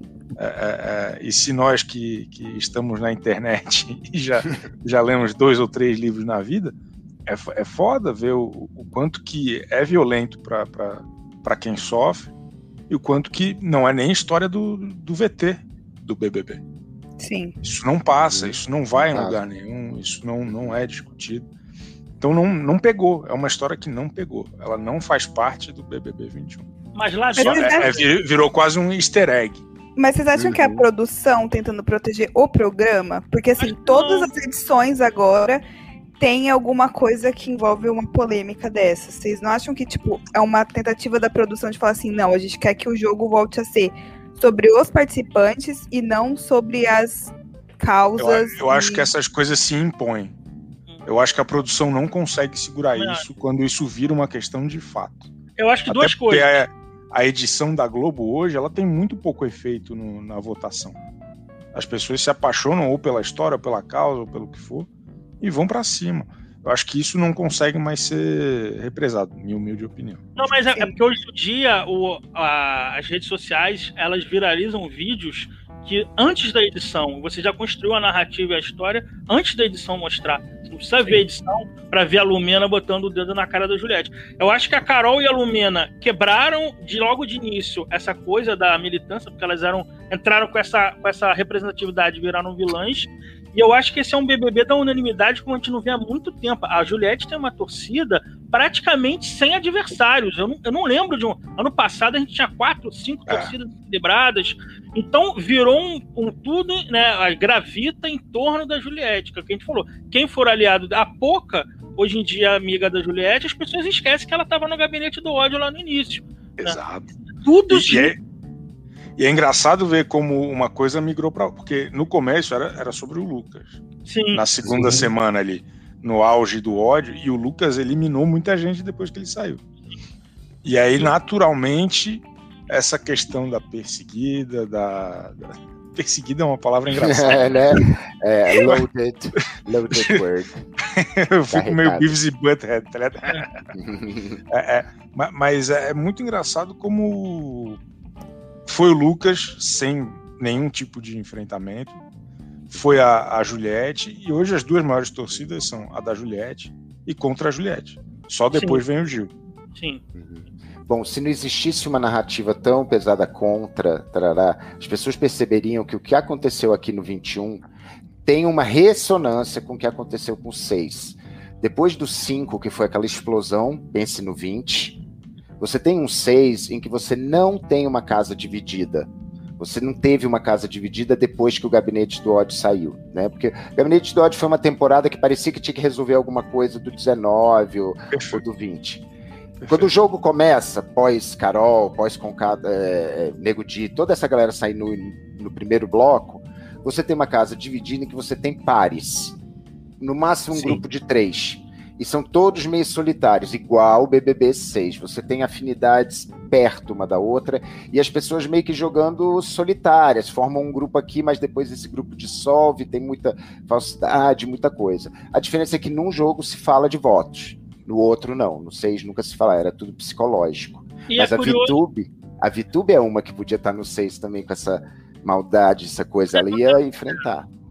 E se nós que estamos na internet e já lemos 2 ou 3 livros na vida, é foda ver o quanto que é violento para quem sofre, e o quanto que não é nem história do VT, do BBB. Sim. Isso não passa, isso não vai em lugar nenhum, isso não é discutido. Então não pegou, é uma história que não pegou. Ela não faz parte do BBB 21. Mas lá virou quase um easter egg. Mas vocês acham que é a produção tentando proteger o programa? Porque, assim, todas as edições agora tem alguma coisa que envolve uma polêmica dessa. Vocês não acham que, tipo, é uma tentativa da produção de falar assim, não, a gente quer que o jogo volte a ser sobre os participantes e não sobre as causas... Eu acho que essas coisas se impõem. Eu acho que a produção não consegue segurar isso quando isso vira uma questão de fato. Eu acho que duas coisas. A edição da Globo hoje, ela tem muito pouco efeito na votação. As pessoas se apaixonam ou pela história, ou pela causa, ou pelo que for, e vão pra cima. Eu acho que isso não consegue mais ser represado, minha humilde opinião. Não, mas é porque hoje em dia as redes sociais, elas viralizam vídeos que antes da edição, você já construiu a narrativa e a história antes da edição mostrar. Você não precisa ver a edição para ver a Lumena botando o dedo na cara da Juliette. Eu acho que a Carol e a Lumena quebraram logo de início essa coisa da militância, porque elas entraram com essa representatividade, viraram vilãs. E eu acho que esse é um BBB da unanimidade como a gente não vê há muito tempo. A Juliette tem uma torcida praticamente sem adversários. Eu não lembro de ano passado a gente tinha 4 ou 5 torcidas equilibradas. Então virou um tudo, né, gravita em torno da Juliette, que é o que a gente falou. Quem for aliado a Poca, hoje em dia amiga da Juliette, as pessoas esquecem que ela estava no gabinete do ódio lá no início. Exato. Né? Tudo E é engraçado ver como uma coisa migrou para... Porque no começo era sobre o Lucas. Sim. Na segunda semana ali, no auge do ódio, e o Lucas eliminou muita gente depois que ele saiu. E aí, naturalmente, essa questão da perseguida, Perseguida é uma palavra engraçada. Né? Loaded word. Eu fico meio Beavis e Butthead, tá ligado? Mas é muito engraçado como... Foi o Lucas, sem nenhum tipo de enfrentamento. Foi a Juliette. E hoje as 2 maiores torcidas são a da Juliette e contra a Juliette. Só depois vem o Gil. Sim. Bom, se não existisse uma narrativa tão pesada contra, as pessoas perceberiam que o que aconteceu aqui no 21 tem uma ressonância com o que aconteceu com o 6. Depois do 5, que foi aquela explosão, pense no 20... Você tem um 6 em que você não tem uma casa dividida. Você não teve uma casa dividida depois que o Gabinete do Ódio saiu, né? Porque o Gabinete do Ódio foi uma temporada que parecia que tinha que resolver alguma coisa do 19 ou do 20. Quando o jogo começa, pós-Carol, pós-Concada, Nego Di, toda essa galera sair no primeiro bloco, você tem uma casa dividida em que você tem pares. No máximo um grupo de 3. E são todos meio solitários, igual o BBB 6. Você tem afinidades perto uma da outra e as pessoas meio que jogando solitárias, formam um grupo aqui, mas depois esse grupo dissolve, tem muita falsidade, muita coisa. A diferença é que num jogo se fala de votos, no outro não. No 6 nunca se fala, era tudo psicológico. E mas a VTube é uma que podia estar no 6 também com essa maldade, essa coisa, ela ia enfrentar.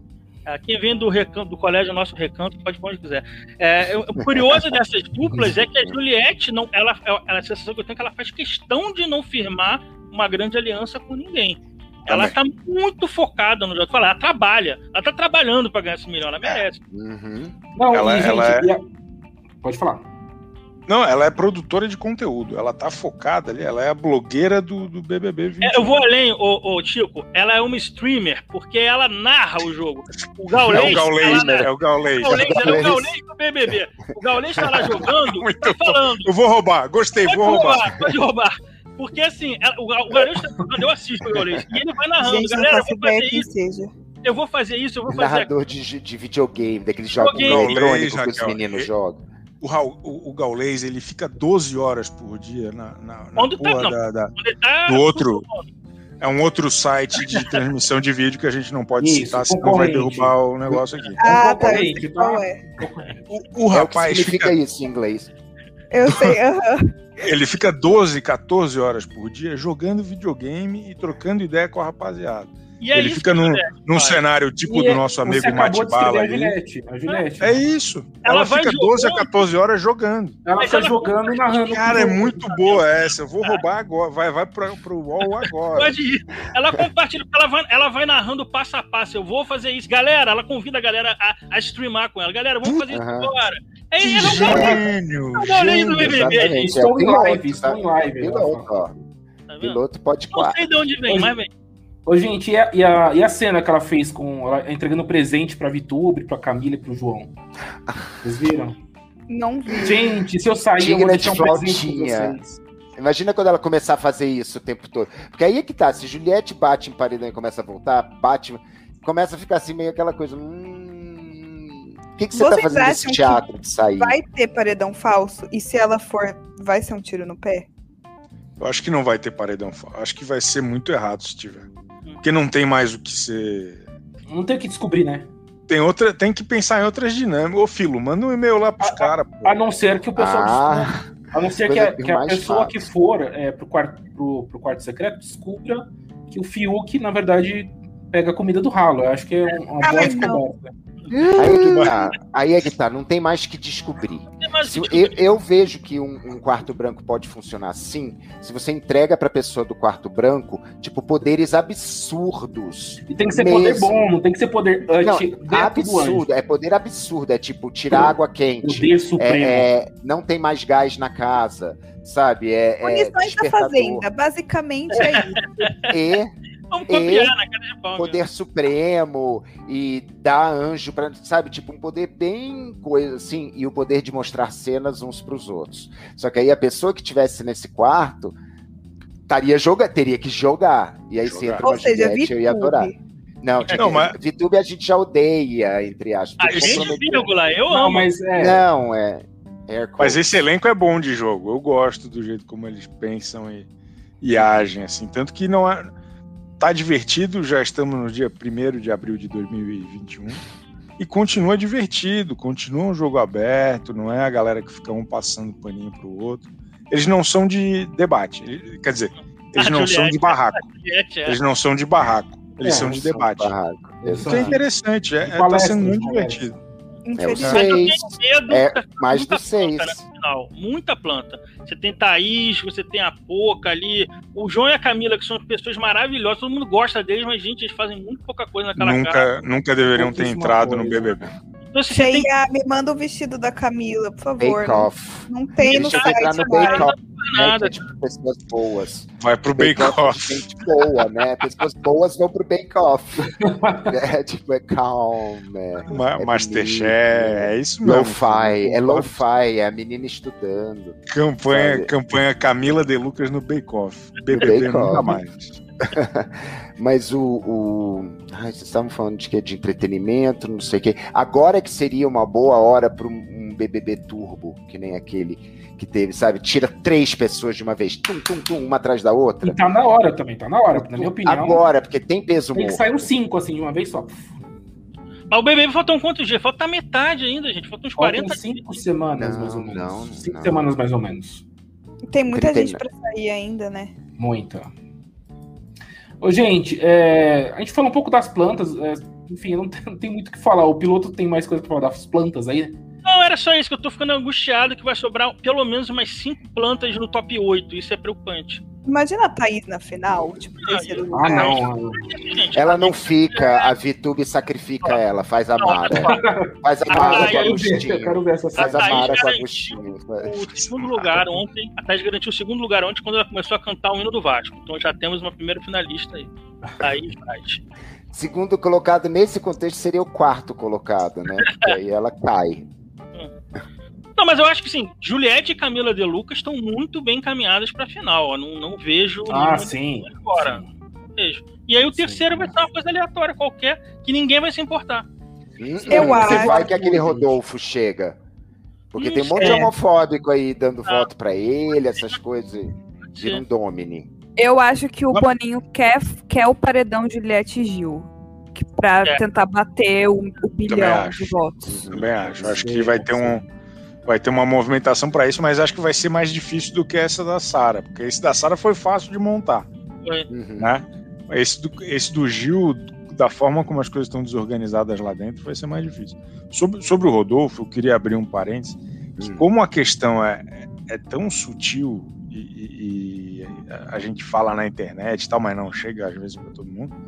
Quem vem do recanto, do colégio nosso recanto, pode pôr onde quiser. O curioso dessas duplas é que a Juliette, a sensação que eu tenho é que ela faz questão de não firmar uma grande aliança com ninguém. Ela tá muito focada no jogo. Ela trabalha. Ela tá trabalhando pra ganhar esse milhão. Ela merece. Não, Pode falar. Não, ela é produtora de conteúdo. Ela tá focada ali. Ela é a blogueira do BBB 21. Eu vou além, Chico. Ela é uma streamer, porque ela narra o jogo. O Gaulês... É o Gaulês, né? É o Gaulês. Ela é o Gaulês do BBB. O Gaulês tá lá jogando e falando. Eu vou roubar. Gostei, vou roubar. Pode roubar. Porque assim, o Gaulês tá jogando, eu assisto o Gaulês. E ele vai narrando. Gente, galera, eu vou fazer isso. Eu vou fazer narrador de videogame, daqueles jogos eletrônicos que os meninos jogam. O Gaulês, ele fica 12 horas por dia na Quando porra tá, do outro. É um outro site de transmissão de vídeo que a gente não pode citar, senão vai derrubar o negócio aqui. Tá. Qual é? O rapaz o que significa isso em inglês? Eu sei, Ele fica 12, 14 horas por dia jogando videogame e trocando ideia com a rapaziada. E ele fica num cenário tipo do nosso amigo Mate Bala ali. A Juliette. É isso. Ela fica 12 a 14 horas jogando. Ela fica jogando e narrando. Cara, é muito boa essa. Eu vou roubar agora. Vai pro UOL agora. Pode ir. Ela compartilha, ela vai narrando passo a passo. Eu vou fazer isso. Galera, ela convida a galera a streamar com ela. Galera, vamos fazer isso agora. Gênio! Estou em live. Piloto pode não sei de onde vem, mas vem. Ô, gente, e a cena que ela fez com ela entregando presente pra Vitube, pra Camila e pro João? Vocês viram? Não vi. Gente, se eu sair, eu vou deixar um presente pra vocês. Imagina quando ela começar a fazer isso o tempo todo. Porque aí é que tá, se Juliette bate em paredão e começa a voltar, começa a ficar assim meio aquela coisa... O que você tá fazendo nesse teatro de sair? Vai ter paredão falso? E se ela for, vai ser um tiro no pé? Eu acho que não vai ter paredão falso. Acho que vai ser muito errado se tiver. Porque não tem mais o que ser... Não tem o que descobrir, né? Tem que pensar em outras dinâmicas. Ô, Filo, manda um e-mail lá pros caras. A não ser que o pessoal... A não ser que a pessoa que for pro quarto secreto descubra que o Fiuk, na verdade, pega a comida do ralo. Eu acho que é uma boa descoberta. Aí é que tá, não tem mais que descobrir. Eu vejo que um quarto branco pode funcionar assim, se você entrega pra pessoa do quarto branco, tipo, poderes absurdos. E tem que ser mesmo. Poder bom, não tem que ser poder absurdo, é poder absurdo, é tipo, tirar água quente. Poder supremo. Não tem mais gás na casa, sabe? Punições da Fazenda, basicamente é isso. Vamos copiar na cara de pau. Poder supremo e dar anjo pra, sabe, tipo, um poder bem coisa assim, e o poder de mostrar cenas uns pros outros. Só que aí a pessoa que estivesse nesse quarto teria que jogar. E aí você entra na Juliette, eu ia adorar. Não, mas VTube a gente já odeia, entre aspas. A gente, vírgula, eu amo. Mas mas esse elenco é bom de jogo. Eu gosto do jeito como eles pensam e agem, assim. Tanto que não é... Tá divertido, já estamos no dia 1º de abril de 2021 e continua divertido, continua um jogo aberto, não é a galera que fica um passando paninho pro outro. Eles não são de debate, quer dizer, eles não são de barraco. Eles não são de barraco, eles são de debate. Isso é interessante, tá sendo muito divertido. Mais do 6. Muita planta. Você tem Thaís, você tem a Poca ali. O João e a Camila, que são pessoas maravilhosas. Todo mundo gosta deles, mas, gente, eles fazem muito pouca coisa naquela casa. Nunca deveriam ter entrado no BBB. Então, me manda o vestido da Camila, por favor. Bake Off. Não tem no site. Entrar no Bake Off. Nada. Tipo, pessoas boas. Vai pro Bake Off. Gente boa, né? Pessoas boas vão pro Bake Off. Tipo, é calm. Masterchef, é isso mesmo. Lo-fi, é a menina estudando. Campanha Camila de Lucas no Bake Off. BBB nunca mais. Mas vocês estavam falando de quê? De entretenimento, não sei o quê. Agora que seria uma boa hora para um BBB turbo, que nem aquele que teve, sabe? Tira 3 pessoas de uma vez, uma atrás da outra. E tá na hora também, na minha opinião. Agora, porque tem peso. Tem que sair uns 5, assim, de uma vez só. Mas o BBB faltam quantos dias? Falta metade ainda, gente. Faltam uns 40 dias. 5 semanas, mais ou menos. 5 semanas, mais ou menos. Tem muita gente pra sair ainda, né? Muita. Ô, gente, a gente falou um pouco das plantas. enfim, não tem muito o que falar. O piloto tem mais coisa pra falar das plantas aí, né? Não, era só isso, que eu tô ficando angustiado que vai sobrar pelo menos umas 5 plantas no top 8. Isso é preocupante. Imagina a Thaís na final, tipo, terceiro lugar. Não. Ela não fica, a VTube sacrifica ela, faz a Mara. Faz a Mara com Agostinho. Eu quero ver essa Faz a Mara com garantiu Agostinho. O segundo lugar ontem, a Thaís garantiu o segundo lugar ontem quando ela começou a cantar o hino do Vasco. Então já temos uma primeira finalista aí. Thaís Braz. Segundo colocado nesse contexto seria o quarto colocado, né? Porque aí ela cai. Não, mas eu acho que sim, Juliette e Camila De Luca estão muito bem encaminhadas para a final. Eu não vejo sim. agora. Vejo. E aí o terceiro vai ser uma coisa aleatória qualquer que ninguém vai se importar. Eu acho. Vai que aquele Rodolfo chega. Porque tem um monte de homofóbico aí dando voto pra ele, essas coisas. Vira um Domini. Eu acho que o Boninho quer o paredão Juliette e Gil. Pra tentar bater o bilhão de votos. Também acho. Acho que vai ter uma movimentação para isso, mas acho que vai ser mais difícil do que essa da Sara, porque esse da Sara foi fácil de montar, né? Esse do Gil, da forma como as coisas estão desorganizadas lá dentro, vai ser mais difícil. Sobre o Rodolfo, eu queria abrir um parênteses, que como a questão é tão sutil e a gente fala na internet e tal, mas não chega às vezes para todo mundo,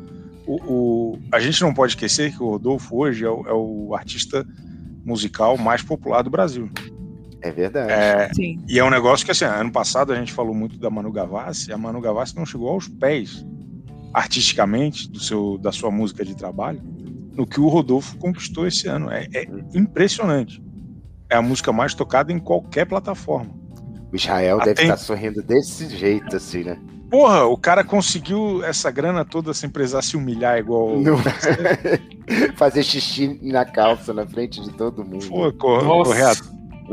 a gente não pode esquecer que o Rodolfo hoje é o artista musical mais popular do Brasil. É verdade. Sim. E é um negócio que, assim, ano passado a gente falou muito da Manu Gavassi, a Manu Gavassi não chegou aos pés, artisticamente, da sua música de trabalho, no que o Rodolfo conquistou esse ano. É impressionante. É a música mais tocada em qualquer plataforma. O Israel deve estar sorrindo desse jeito, assim, né? Porra, o cara conseguiu essa grana toda sem precisar se humilhar igual... Fazer xixi na calça na frente de todo mundo. Pô, correto.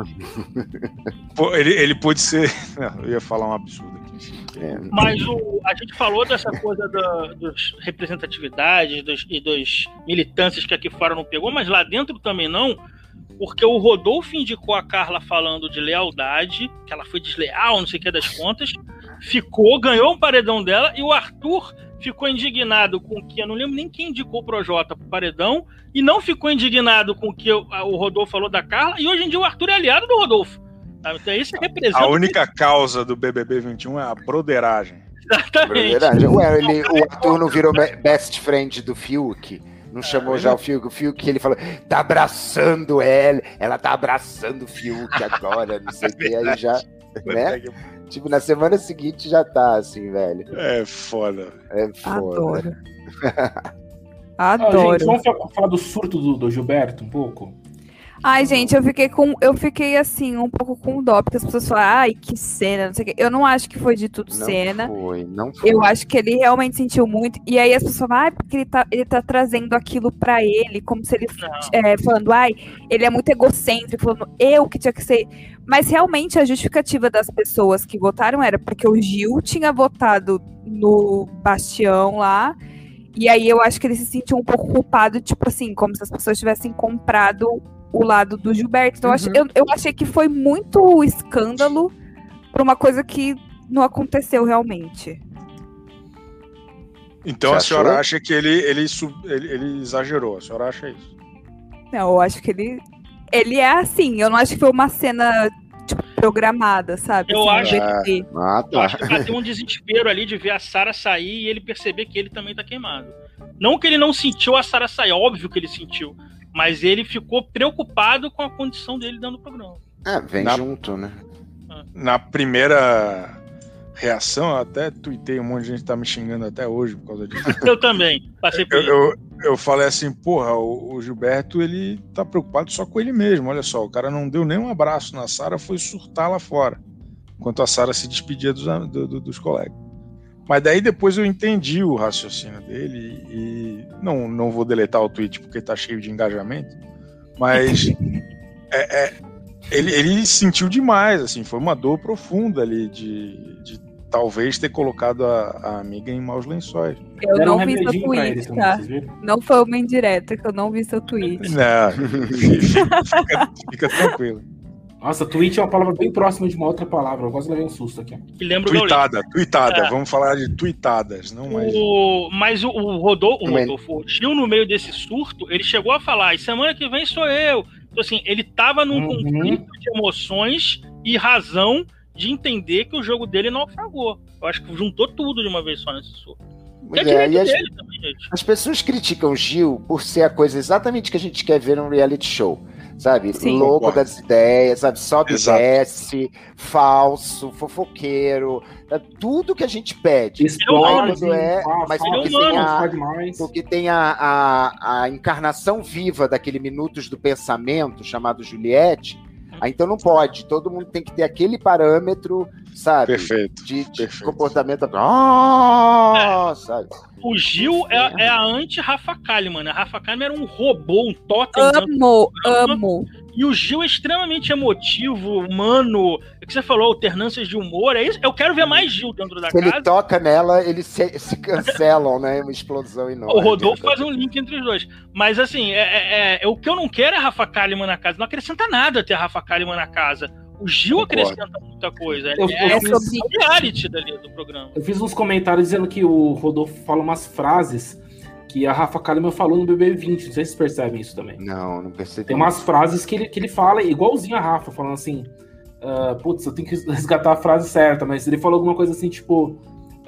Pô, ele pôde ser... Não, eu ia falar um absurdo aqui. Mas a gente falou dessa coisa das representatividades e dos militâncias que aqui fora não pegou, mas lá dentro também não, porque o Rodolfo indicou a Carla falando de lealdade, que ela foi desleal, não sei o que das contas, ganhou um paredão dela, e o Arthur ficou indignado com o que, eu não lembro nem quem indicou o Projota pro paredão, e não ficou indignado com o que o Rodolfo falou da Carla, e hoje em dia o Arthur é aliado do Rodolfo. Então isso representa... A única causa do BBB 21 é a broderagem. Exatamente. Ué, o Arthur não virou best friend do Fiuk? Não chamou já o Fiuk, ele falou, tá abraçando ela tá abraçando o Fiuk agora, não sei o que, aí já, né? Tipo, na semana seguinte já tá assim, velho. É foda. Adoro. Adoro. Gente, vamos falar do surto do Gilberto um pouco? Ai, gente, eu fiquei assim, um pouco com dó, porque as pessoas falam, ai, que cena, não sei o quê. Eu não acho que foi de tudo cena. Não foi. Eu acho que ele realmente sentiu muito. E aí as pessoas falam, ai, porque ele tá trazendo aquilo pra ele, como se ele falando, ai, ele é muito egocêntrico, falando, eu que tinha que ser. Mas realmente a justificativa das pessoas que votaram era porque o Gil tinha votado no Bastião lá. E aí eu acho que ele se sentiu um pouco culpado, tipo assim, como se as pessoas tivessem comprado o lado do Gilberto. Então eu achei que foi muito escândalo por uma coisa que não aconteceu realmente. Então a senhora acha que ele exagerou? A senhora acha isso? Não, eu acho que ele é assim. Eu não acho que foi uma cena tipo, programada, sabe? Eu assim, acho. Eu acho que vai ter um desespero ali de ver a Sara sair e ele perceber que ele também tá queimado. Não que ele não sentiu a Sara sair, óbvio que ele sentiu. Mas ele ficou preocupado com a condição dele dentro do programa. Vem junto, né? Na primeira reação, eu até tuitei, um monte de gente tá me xingando até hoje por causa disso. Eu também, passei por isso. Eu falei assim, porra, o Gilberto, ele tá preocupado só com ele mesmo, olha só, o cara não deu nem um abraço na Sara, foi surtar lá fora, enquanto a Sara se despedia dos colegas. Mas daí depois eu entendi o raciocínio dele e não vou deletar o tweet porque tá cheio de engajamento, mas ele sentiu demais, assim, foi uma dor profunda ali de talvez ter colocado a amiga em maus lençóis. Eu não vi seu tweet, tá? Não foi uma indireta, que eu não vi seu tweet. Não, fica tranquilo. Nossa, tweet é uma palavra bem próxima de uma outra palavra. Eu quase levei um susto aqui. Que lembra Tweetada. Vamos falar de tweetadas, não mais. Mas o Rodolfo, o Gil, no meio desse surto, ele chegou a falar: e semana que vem sou eu. Então, assim, ele tava num conflito de emoções e razão de entender que o jogo dele naufragou. Eu acho que juntou tudo de uma vez só nesse surto. As pessoas criticam o Gil por ser a coisa exatamente que a gente quer ver num reality show, sabe? Sim. Louco das ideias, sabe? Sobe e desce, falso, fofoqueiro, tudo que a gente pede. Porque tem a encarnação viva daquele Minutos do Pensamento chamado Juliette. Então não pode, todo mundo tem que ter aquele parâmetro, sabe? Perfeito. De comportamento. Sabe? O Gil é a anti-Rafa Kalimann, né? A Rafa Kalimann era um robô, um totem. Amo. E o Gil é extremamente emotivo, humano. É o que você falou, alternâncias de humor. É isso. Eu quero ver mais Gil dentro da casa. Se ele toca nela, eles se cancelam, né? Uma explosão enorme. O Rodolfo faz um link entre os dois. Mas, assim, o que eu não quero é a Rafa Kalimann na casa. Não acrescenta nada ter a Rafa Kalimann na casa. O Gil acrescenta muita coisa. É sobre o reality dali do programa. Eu fiz uns comentários dizendo que o Rodolfo fala umas frases que a Rafa Kalimann falou no BB20. Não sei se vocês percebem isso também. Não percebi. Tem umas frases que ele fala igualzinho a Rafa, falando assim... putz, eu tenho que resgatar a frase certa, mas ele falou alguma coisa assim, tipo...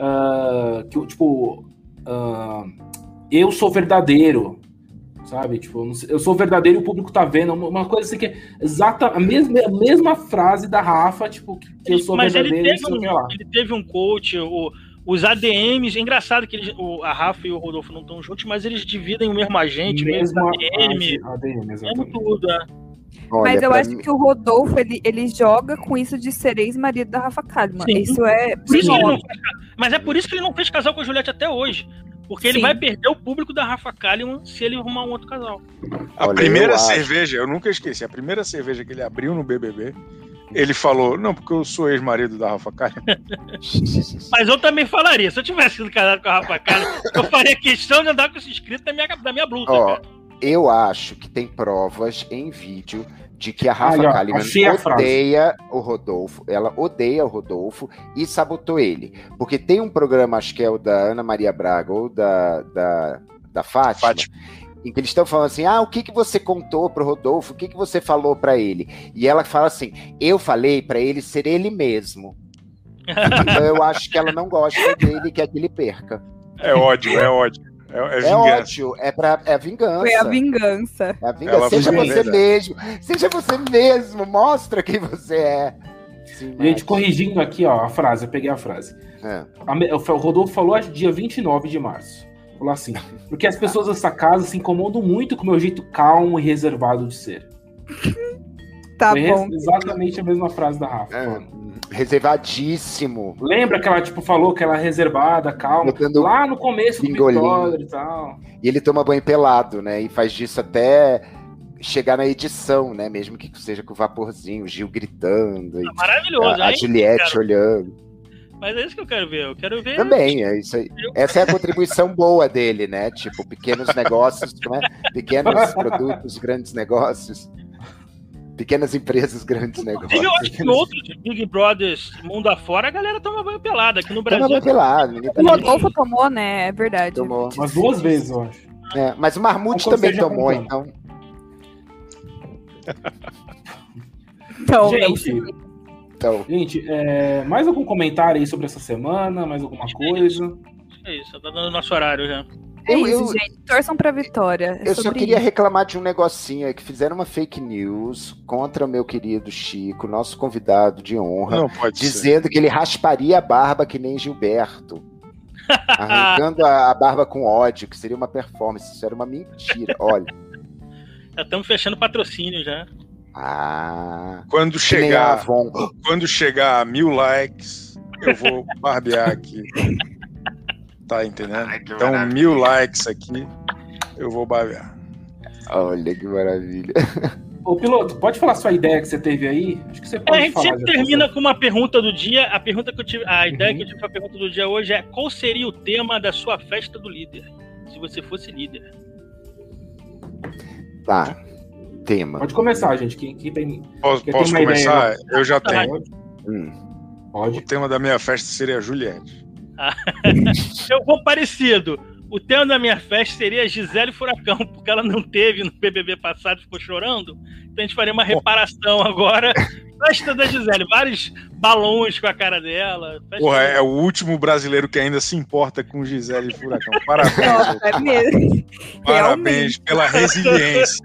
eu sou verdadeiro, sabe? Tipo, eu sou verdadeiro e o público tá vendo. Uma coisa assim que é a mesma frase da Rafa, tipo, que eu sou verdadeiro. Ele teve um coach, os ADMs, é engraçado que a Rafa e o Rodolfo não estão juntos, mas eles dividem o mesmo agente, mesmo ADM, mesmo tudo, Olha, mas eu acho que o Rodolfo, ele joga com isso de ser ex-marido da Rafa Kalimann. Sim. Isso é... Mas é por isso que ele não fez casal com a Juliette até hoje. Porque ele vai perder o público da Rafa Kalimann se ele arrumar um outro casal. A primeira cerveja, eu nunca esqueci, a primeira cerveja que ele abriu no BBB, ele falou, não, porque eu sou ex-marido da Rafa Kalimann. Mas eu também falaria, se eu tivesse sido casado com a Rafa Kalimann, eu faria questão de andar com esse escrito da minha blusa, cara. Eu acho que tem provas em vídeo de que a Rafa Kalimann odeia o Rodolfo, ela odeia o Rodolfo e sabotou ele. Porque tem um programa, acho que é o da Ana Maria Braga ou da Fátima, em que eles estão falando assim, o que você contou pro Rodolfo, o que você falou pra ele? E ela fala assim, eu falei pra ele ser ele mesmo. Então eu acho que ela não gosta dele e quer que ele perca. É ódio. É ódio, é vingança. Foi a vingança. É a vingança. Seja você mesmo. Seja você mesmo. Mostra quem você é. Sim, gente, corrigindo aqui, a frase. Eu peguei a frase. O Rodolfo falou dia 29 de março. Falou assim, porque as pessoas dessa casa se incomodam muito com o meu jeito calmo e reservado de ser. Tá bom. Exatamente a mesma frase da Rafa. Reservadíssimo. Lembra que ela falou que ela é reservada, calma, lá no começo do Big Brother e tal. E ele toma banho pelado, né? E faz disso até chegar na edição, né? Mesmo que seja com o vaporzinho, o Gil gritando. Maravilhoso, a Juliette olhando. Mas é isso que eu quero ver. Eu quero ver. Também, é isso aí. Essa é a contribuição boa dele, né? Tipo, pequenos negócios, né? Pequenos produtos, grandes negócios. Pequenas empresas, grandes negócios. Eu acho que outros Big Brothers mundo afora, a galera toma banho pelado. Aqui no Brasil. Toma banho pelado. O Rodolfo tomou, né? É verdade. Tomou. Umas 2 vezes, eu acho. Mas o Marmute também tomou, então. Gente, mais algum comentário aí sobre essa semana? Mais alguma coisa? É isso, tá dando nosso horário já. Gente, torçam pra vitória. Eu só queria reclamar de um negocinho, que fizeram uma fake news contra o meu querido Chico, nosso convidado de honra, dizendo que ele rasparia a barba que nem Gilberto, arrancando a barba com ódio, que seria uma performance. Isso era uma mentira, olha. Já estamos fechando patrocínio já. Quando chegar a 1000 likes, eu vou barbear aqui. Tá entendendo? Então, 1000 likes aqui, eu vou barbear. Olha que maravilha. Ô, Piloto, pode falar sua ideia que você teve aí? Acho que você pode falar. A gente sempre termina com uma pergunta do dia. A pergunta que eu tive, a ideia que eu tive para a pergunta do dia hoje é: qual seria o tema da sua festa do líder? Se você fosse líder. Tá. tema. Pode começar, gente. Quem tem. Posso começar? Eu já tenho. Pode. O tema da minha festa seria a Juliette. Eu vou parecido. O tema da minha festa seria a Gisele Furacão, porque ela não teve no BBB passado, ficou chorando. Então a gente faria uma reparação agora. Festa da Gisele, vários balões com a cara dela. Porra, é o último brasileiro que ainda se importa com Gisele Furacão. Parabéns. Nossa, é mesmo. Parabéns pela resiliência.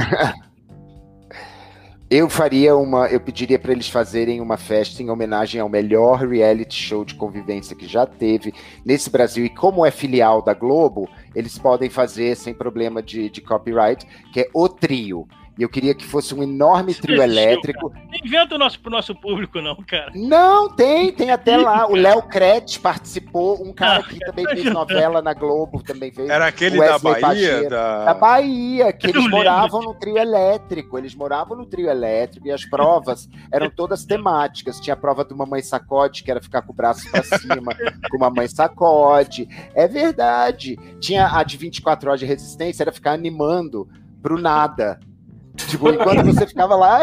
Eu pediria para eles fazerem uma festa em homenagem ao melhor reality show de convivência que já teve nesse Brasil, e como é filial da Globo, eles podem fazer sem problema de copyright, que é O Trio. E eu queria que fosse um enorme trio elétrico. Não inventa pro nosso público, não, cara. Não, tem até lá. O Léo Kretsch participou, um cara que também fez novela na Globo, também fez. Era aquele da Bahia? Da Bahia, que eles moravam no trio elétrico. Eles moravam no trio elétrico e as provas eram todas temáticas. Tinha a prova do Mamãe Sacode, que era ficar com o braço pra cima, com Mamãe Sacode. É verdade. Tinha a de 24 horas de resistência, era ficar animando pro nada. Tipo, enquanto você ficava lá,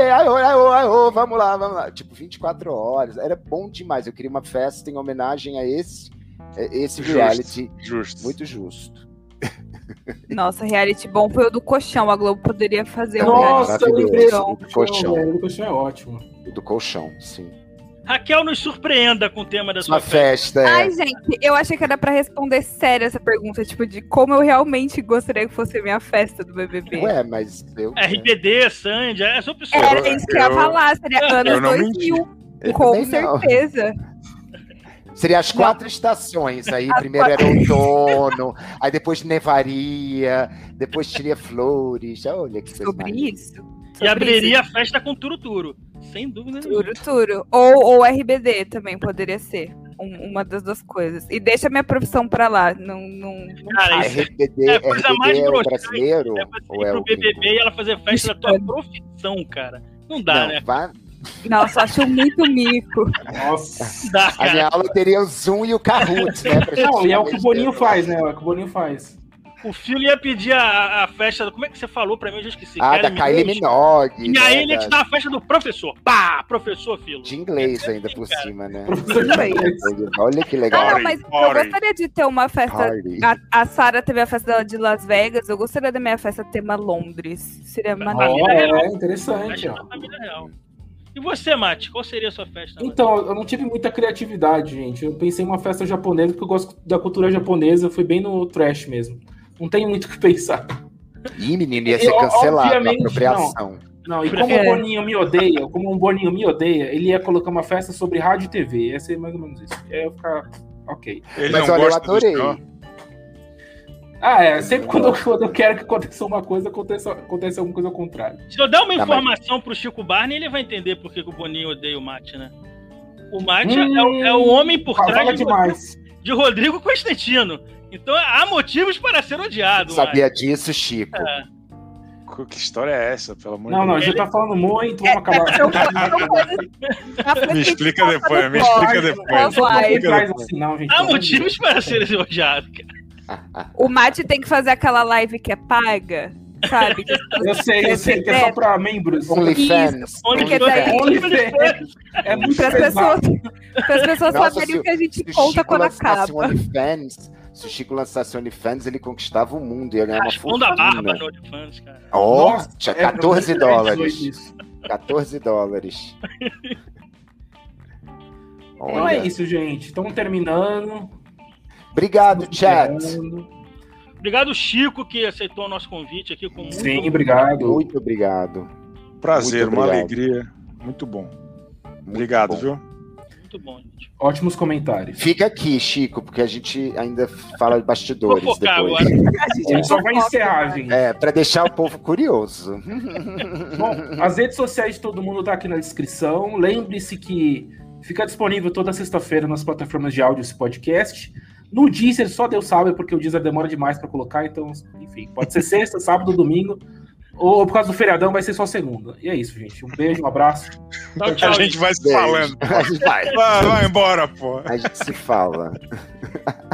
vamos lá. Tipo, 24 horas. Era bom demais. Eu queria uma festa em homenagem a esse reality. Justo. Muito justo. Nossa, reality bom foi o do colchão. A Globo poderia fazer um Nossa, reality eu lembrei do colchão. O colchão é ótimo. O do colchão, sim. Raquel, nos surpreenda com o tema da sua Uma festa. Ai, gente, eu achei que era pra responder sério essa pergunta, tipo, de como eu realmente gostaria que fosse a minha festa do BBB. Ué, mas eu... RBD, Sandy, é sua pessoa. Era isso que eu ia falar, seria anos 2000, com certeza. Seria as 4 estações, aí primeiro era outono, aí depois nevaria, depois teria flores, olha que coisa sobre mais. isso. E abriria a festa com Turo-Turo, sem dúvida nenhuma. Turo. Ou RBD também poderia ser, uma das duas coisas. E deixa a minha profissão pra lá, não cara, isso RBD, é a coisa mais é o grossa, brasileiro? É você ou ir é pro o BBB e ela fazer festa da tua profissão, cara. Não dá, né? Nossa, acho muito mico. Nossa. Dá, A cara. minha aula teria o Zoom e o Kahoot, né? Não, e é o que o Boninho faz, né? É o que o Boninho faz. O filho ia pedir a festa. Como é que você falou pra mim? Eu já esqueci. Da Kylie Minogue. E aí ele ia te dar a festa do professor. Pá! Professor, filho. De inglês ainda por cima, né? Inglês. Olha que legal. Não, mas eu gostaria de ter uma festa. A Sarah teve a festa dela de Las Vegas. Eu gostaria da minha festa tema Londres. Seria maneiro. É interessante, ó. Família real. E você, Mati, qual seria a sua festa? Então, eu não tive muita criatividade, gente. Eu pensei em uma festa japonesa, porque eu gosto da cultura japonesa. Eu fui bem no trash mesmo. Não tenho muito o que pensar. Ih, menino, ia ser cancelado a apropriação. Não, e como o Boninho me odeia, ele ia colocar uma festa sobre rádio e TV. Ia ser mais ou menos isso. Aí eu ia ficar ok. Mas olha, eu adorei. Sempre quando eu quero que aconteça uma coisa, acontece alguma coisa ao contrário. Se eu der uma informação pro Chico Barney, ele vai entender por que o Boninho odeia o Mate, né? O Mate é o homem por trás de Rodrigo Constantino. Então há motivos para ser odiado. Sabia disso, Chico? Que história é essa, pelo amor de Deus? Não, já tá falando muito, vamos acabar. Me explica depois. Há motivos para ser odiado, cara. O Mate tem que fazer aquela live que é paga, sabe? Eu sei, que é só pra membros. OnlyFans. É muito para as pessoas saberem o que a gente conta quando acaba. Se o Chico lançasse OnlyFans, ele conquistava o mundo, ia ganhar uma fortuna. Da barba no OnlyFans, cara. Tinha $14. $14. Então é isso, gente. Estamos terminando. Obrigado, chat. Obrigado, Chico, que aceitou o nosso convite aqui com muito. Sim, obrigado. Muito obrigado. Prazer, muito uma obrigado. Alegria. Muito bom. Obrigado, viu? Muito bom, gente. Ótimos comentários. Fica aqui, Chico, porque a gente ainda fala de bastidores depois. Agora. A gente só vai encerrar, gente. Para deixar o povo curioso. Bom, as redes sociais de todo mundo tá aqui na descrição. Lembre-se que fica disponível toda sexta-feira nas plataformas de áudio esse podcast. No Deezer, só Deus sabe, porque o Deezer demora demais para colocar, então, enfim, pode ser sexta, sábado, domingo, ou por causa do feriadão vai ser só segunda. E é isso, gente. Um beijo, um abraço. Tchau, a gente vai se falando. A gente vai Vai embora, pô. A gente se fala.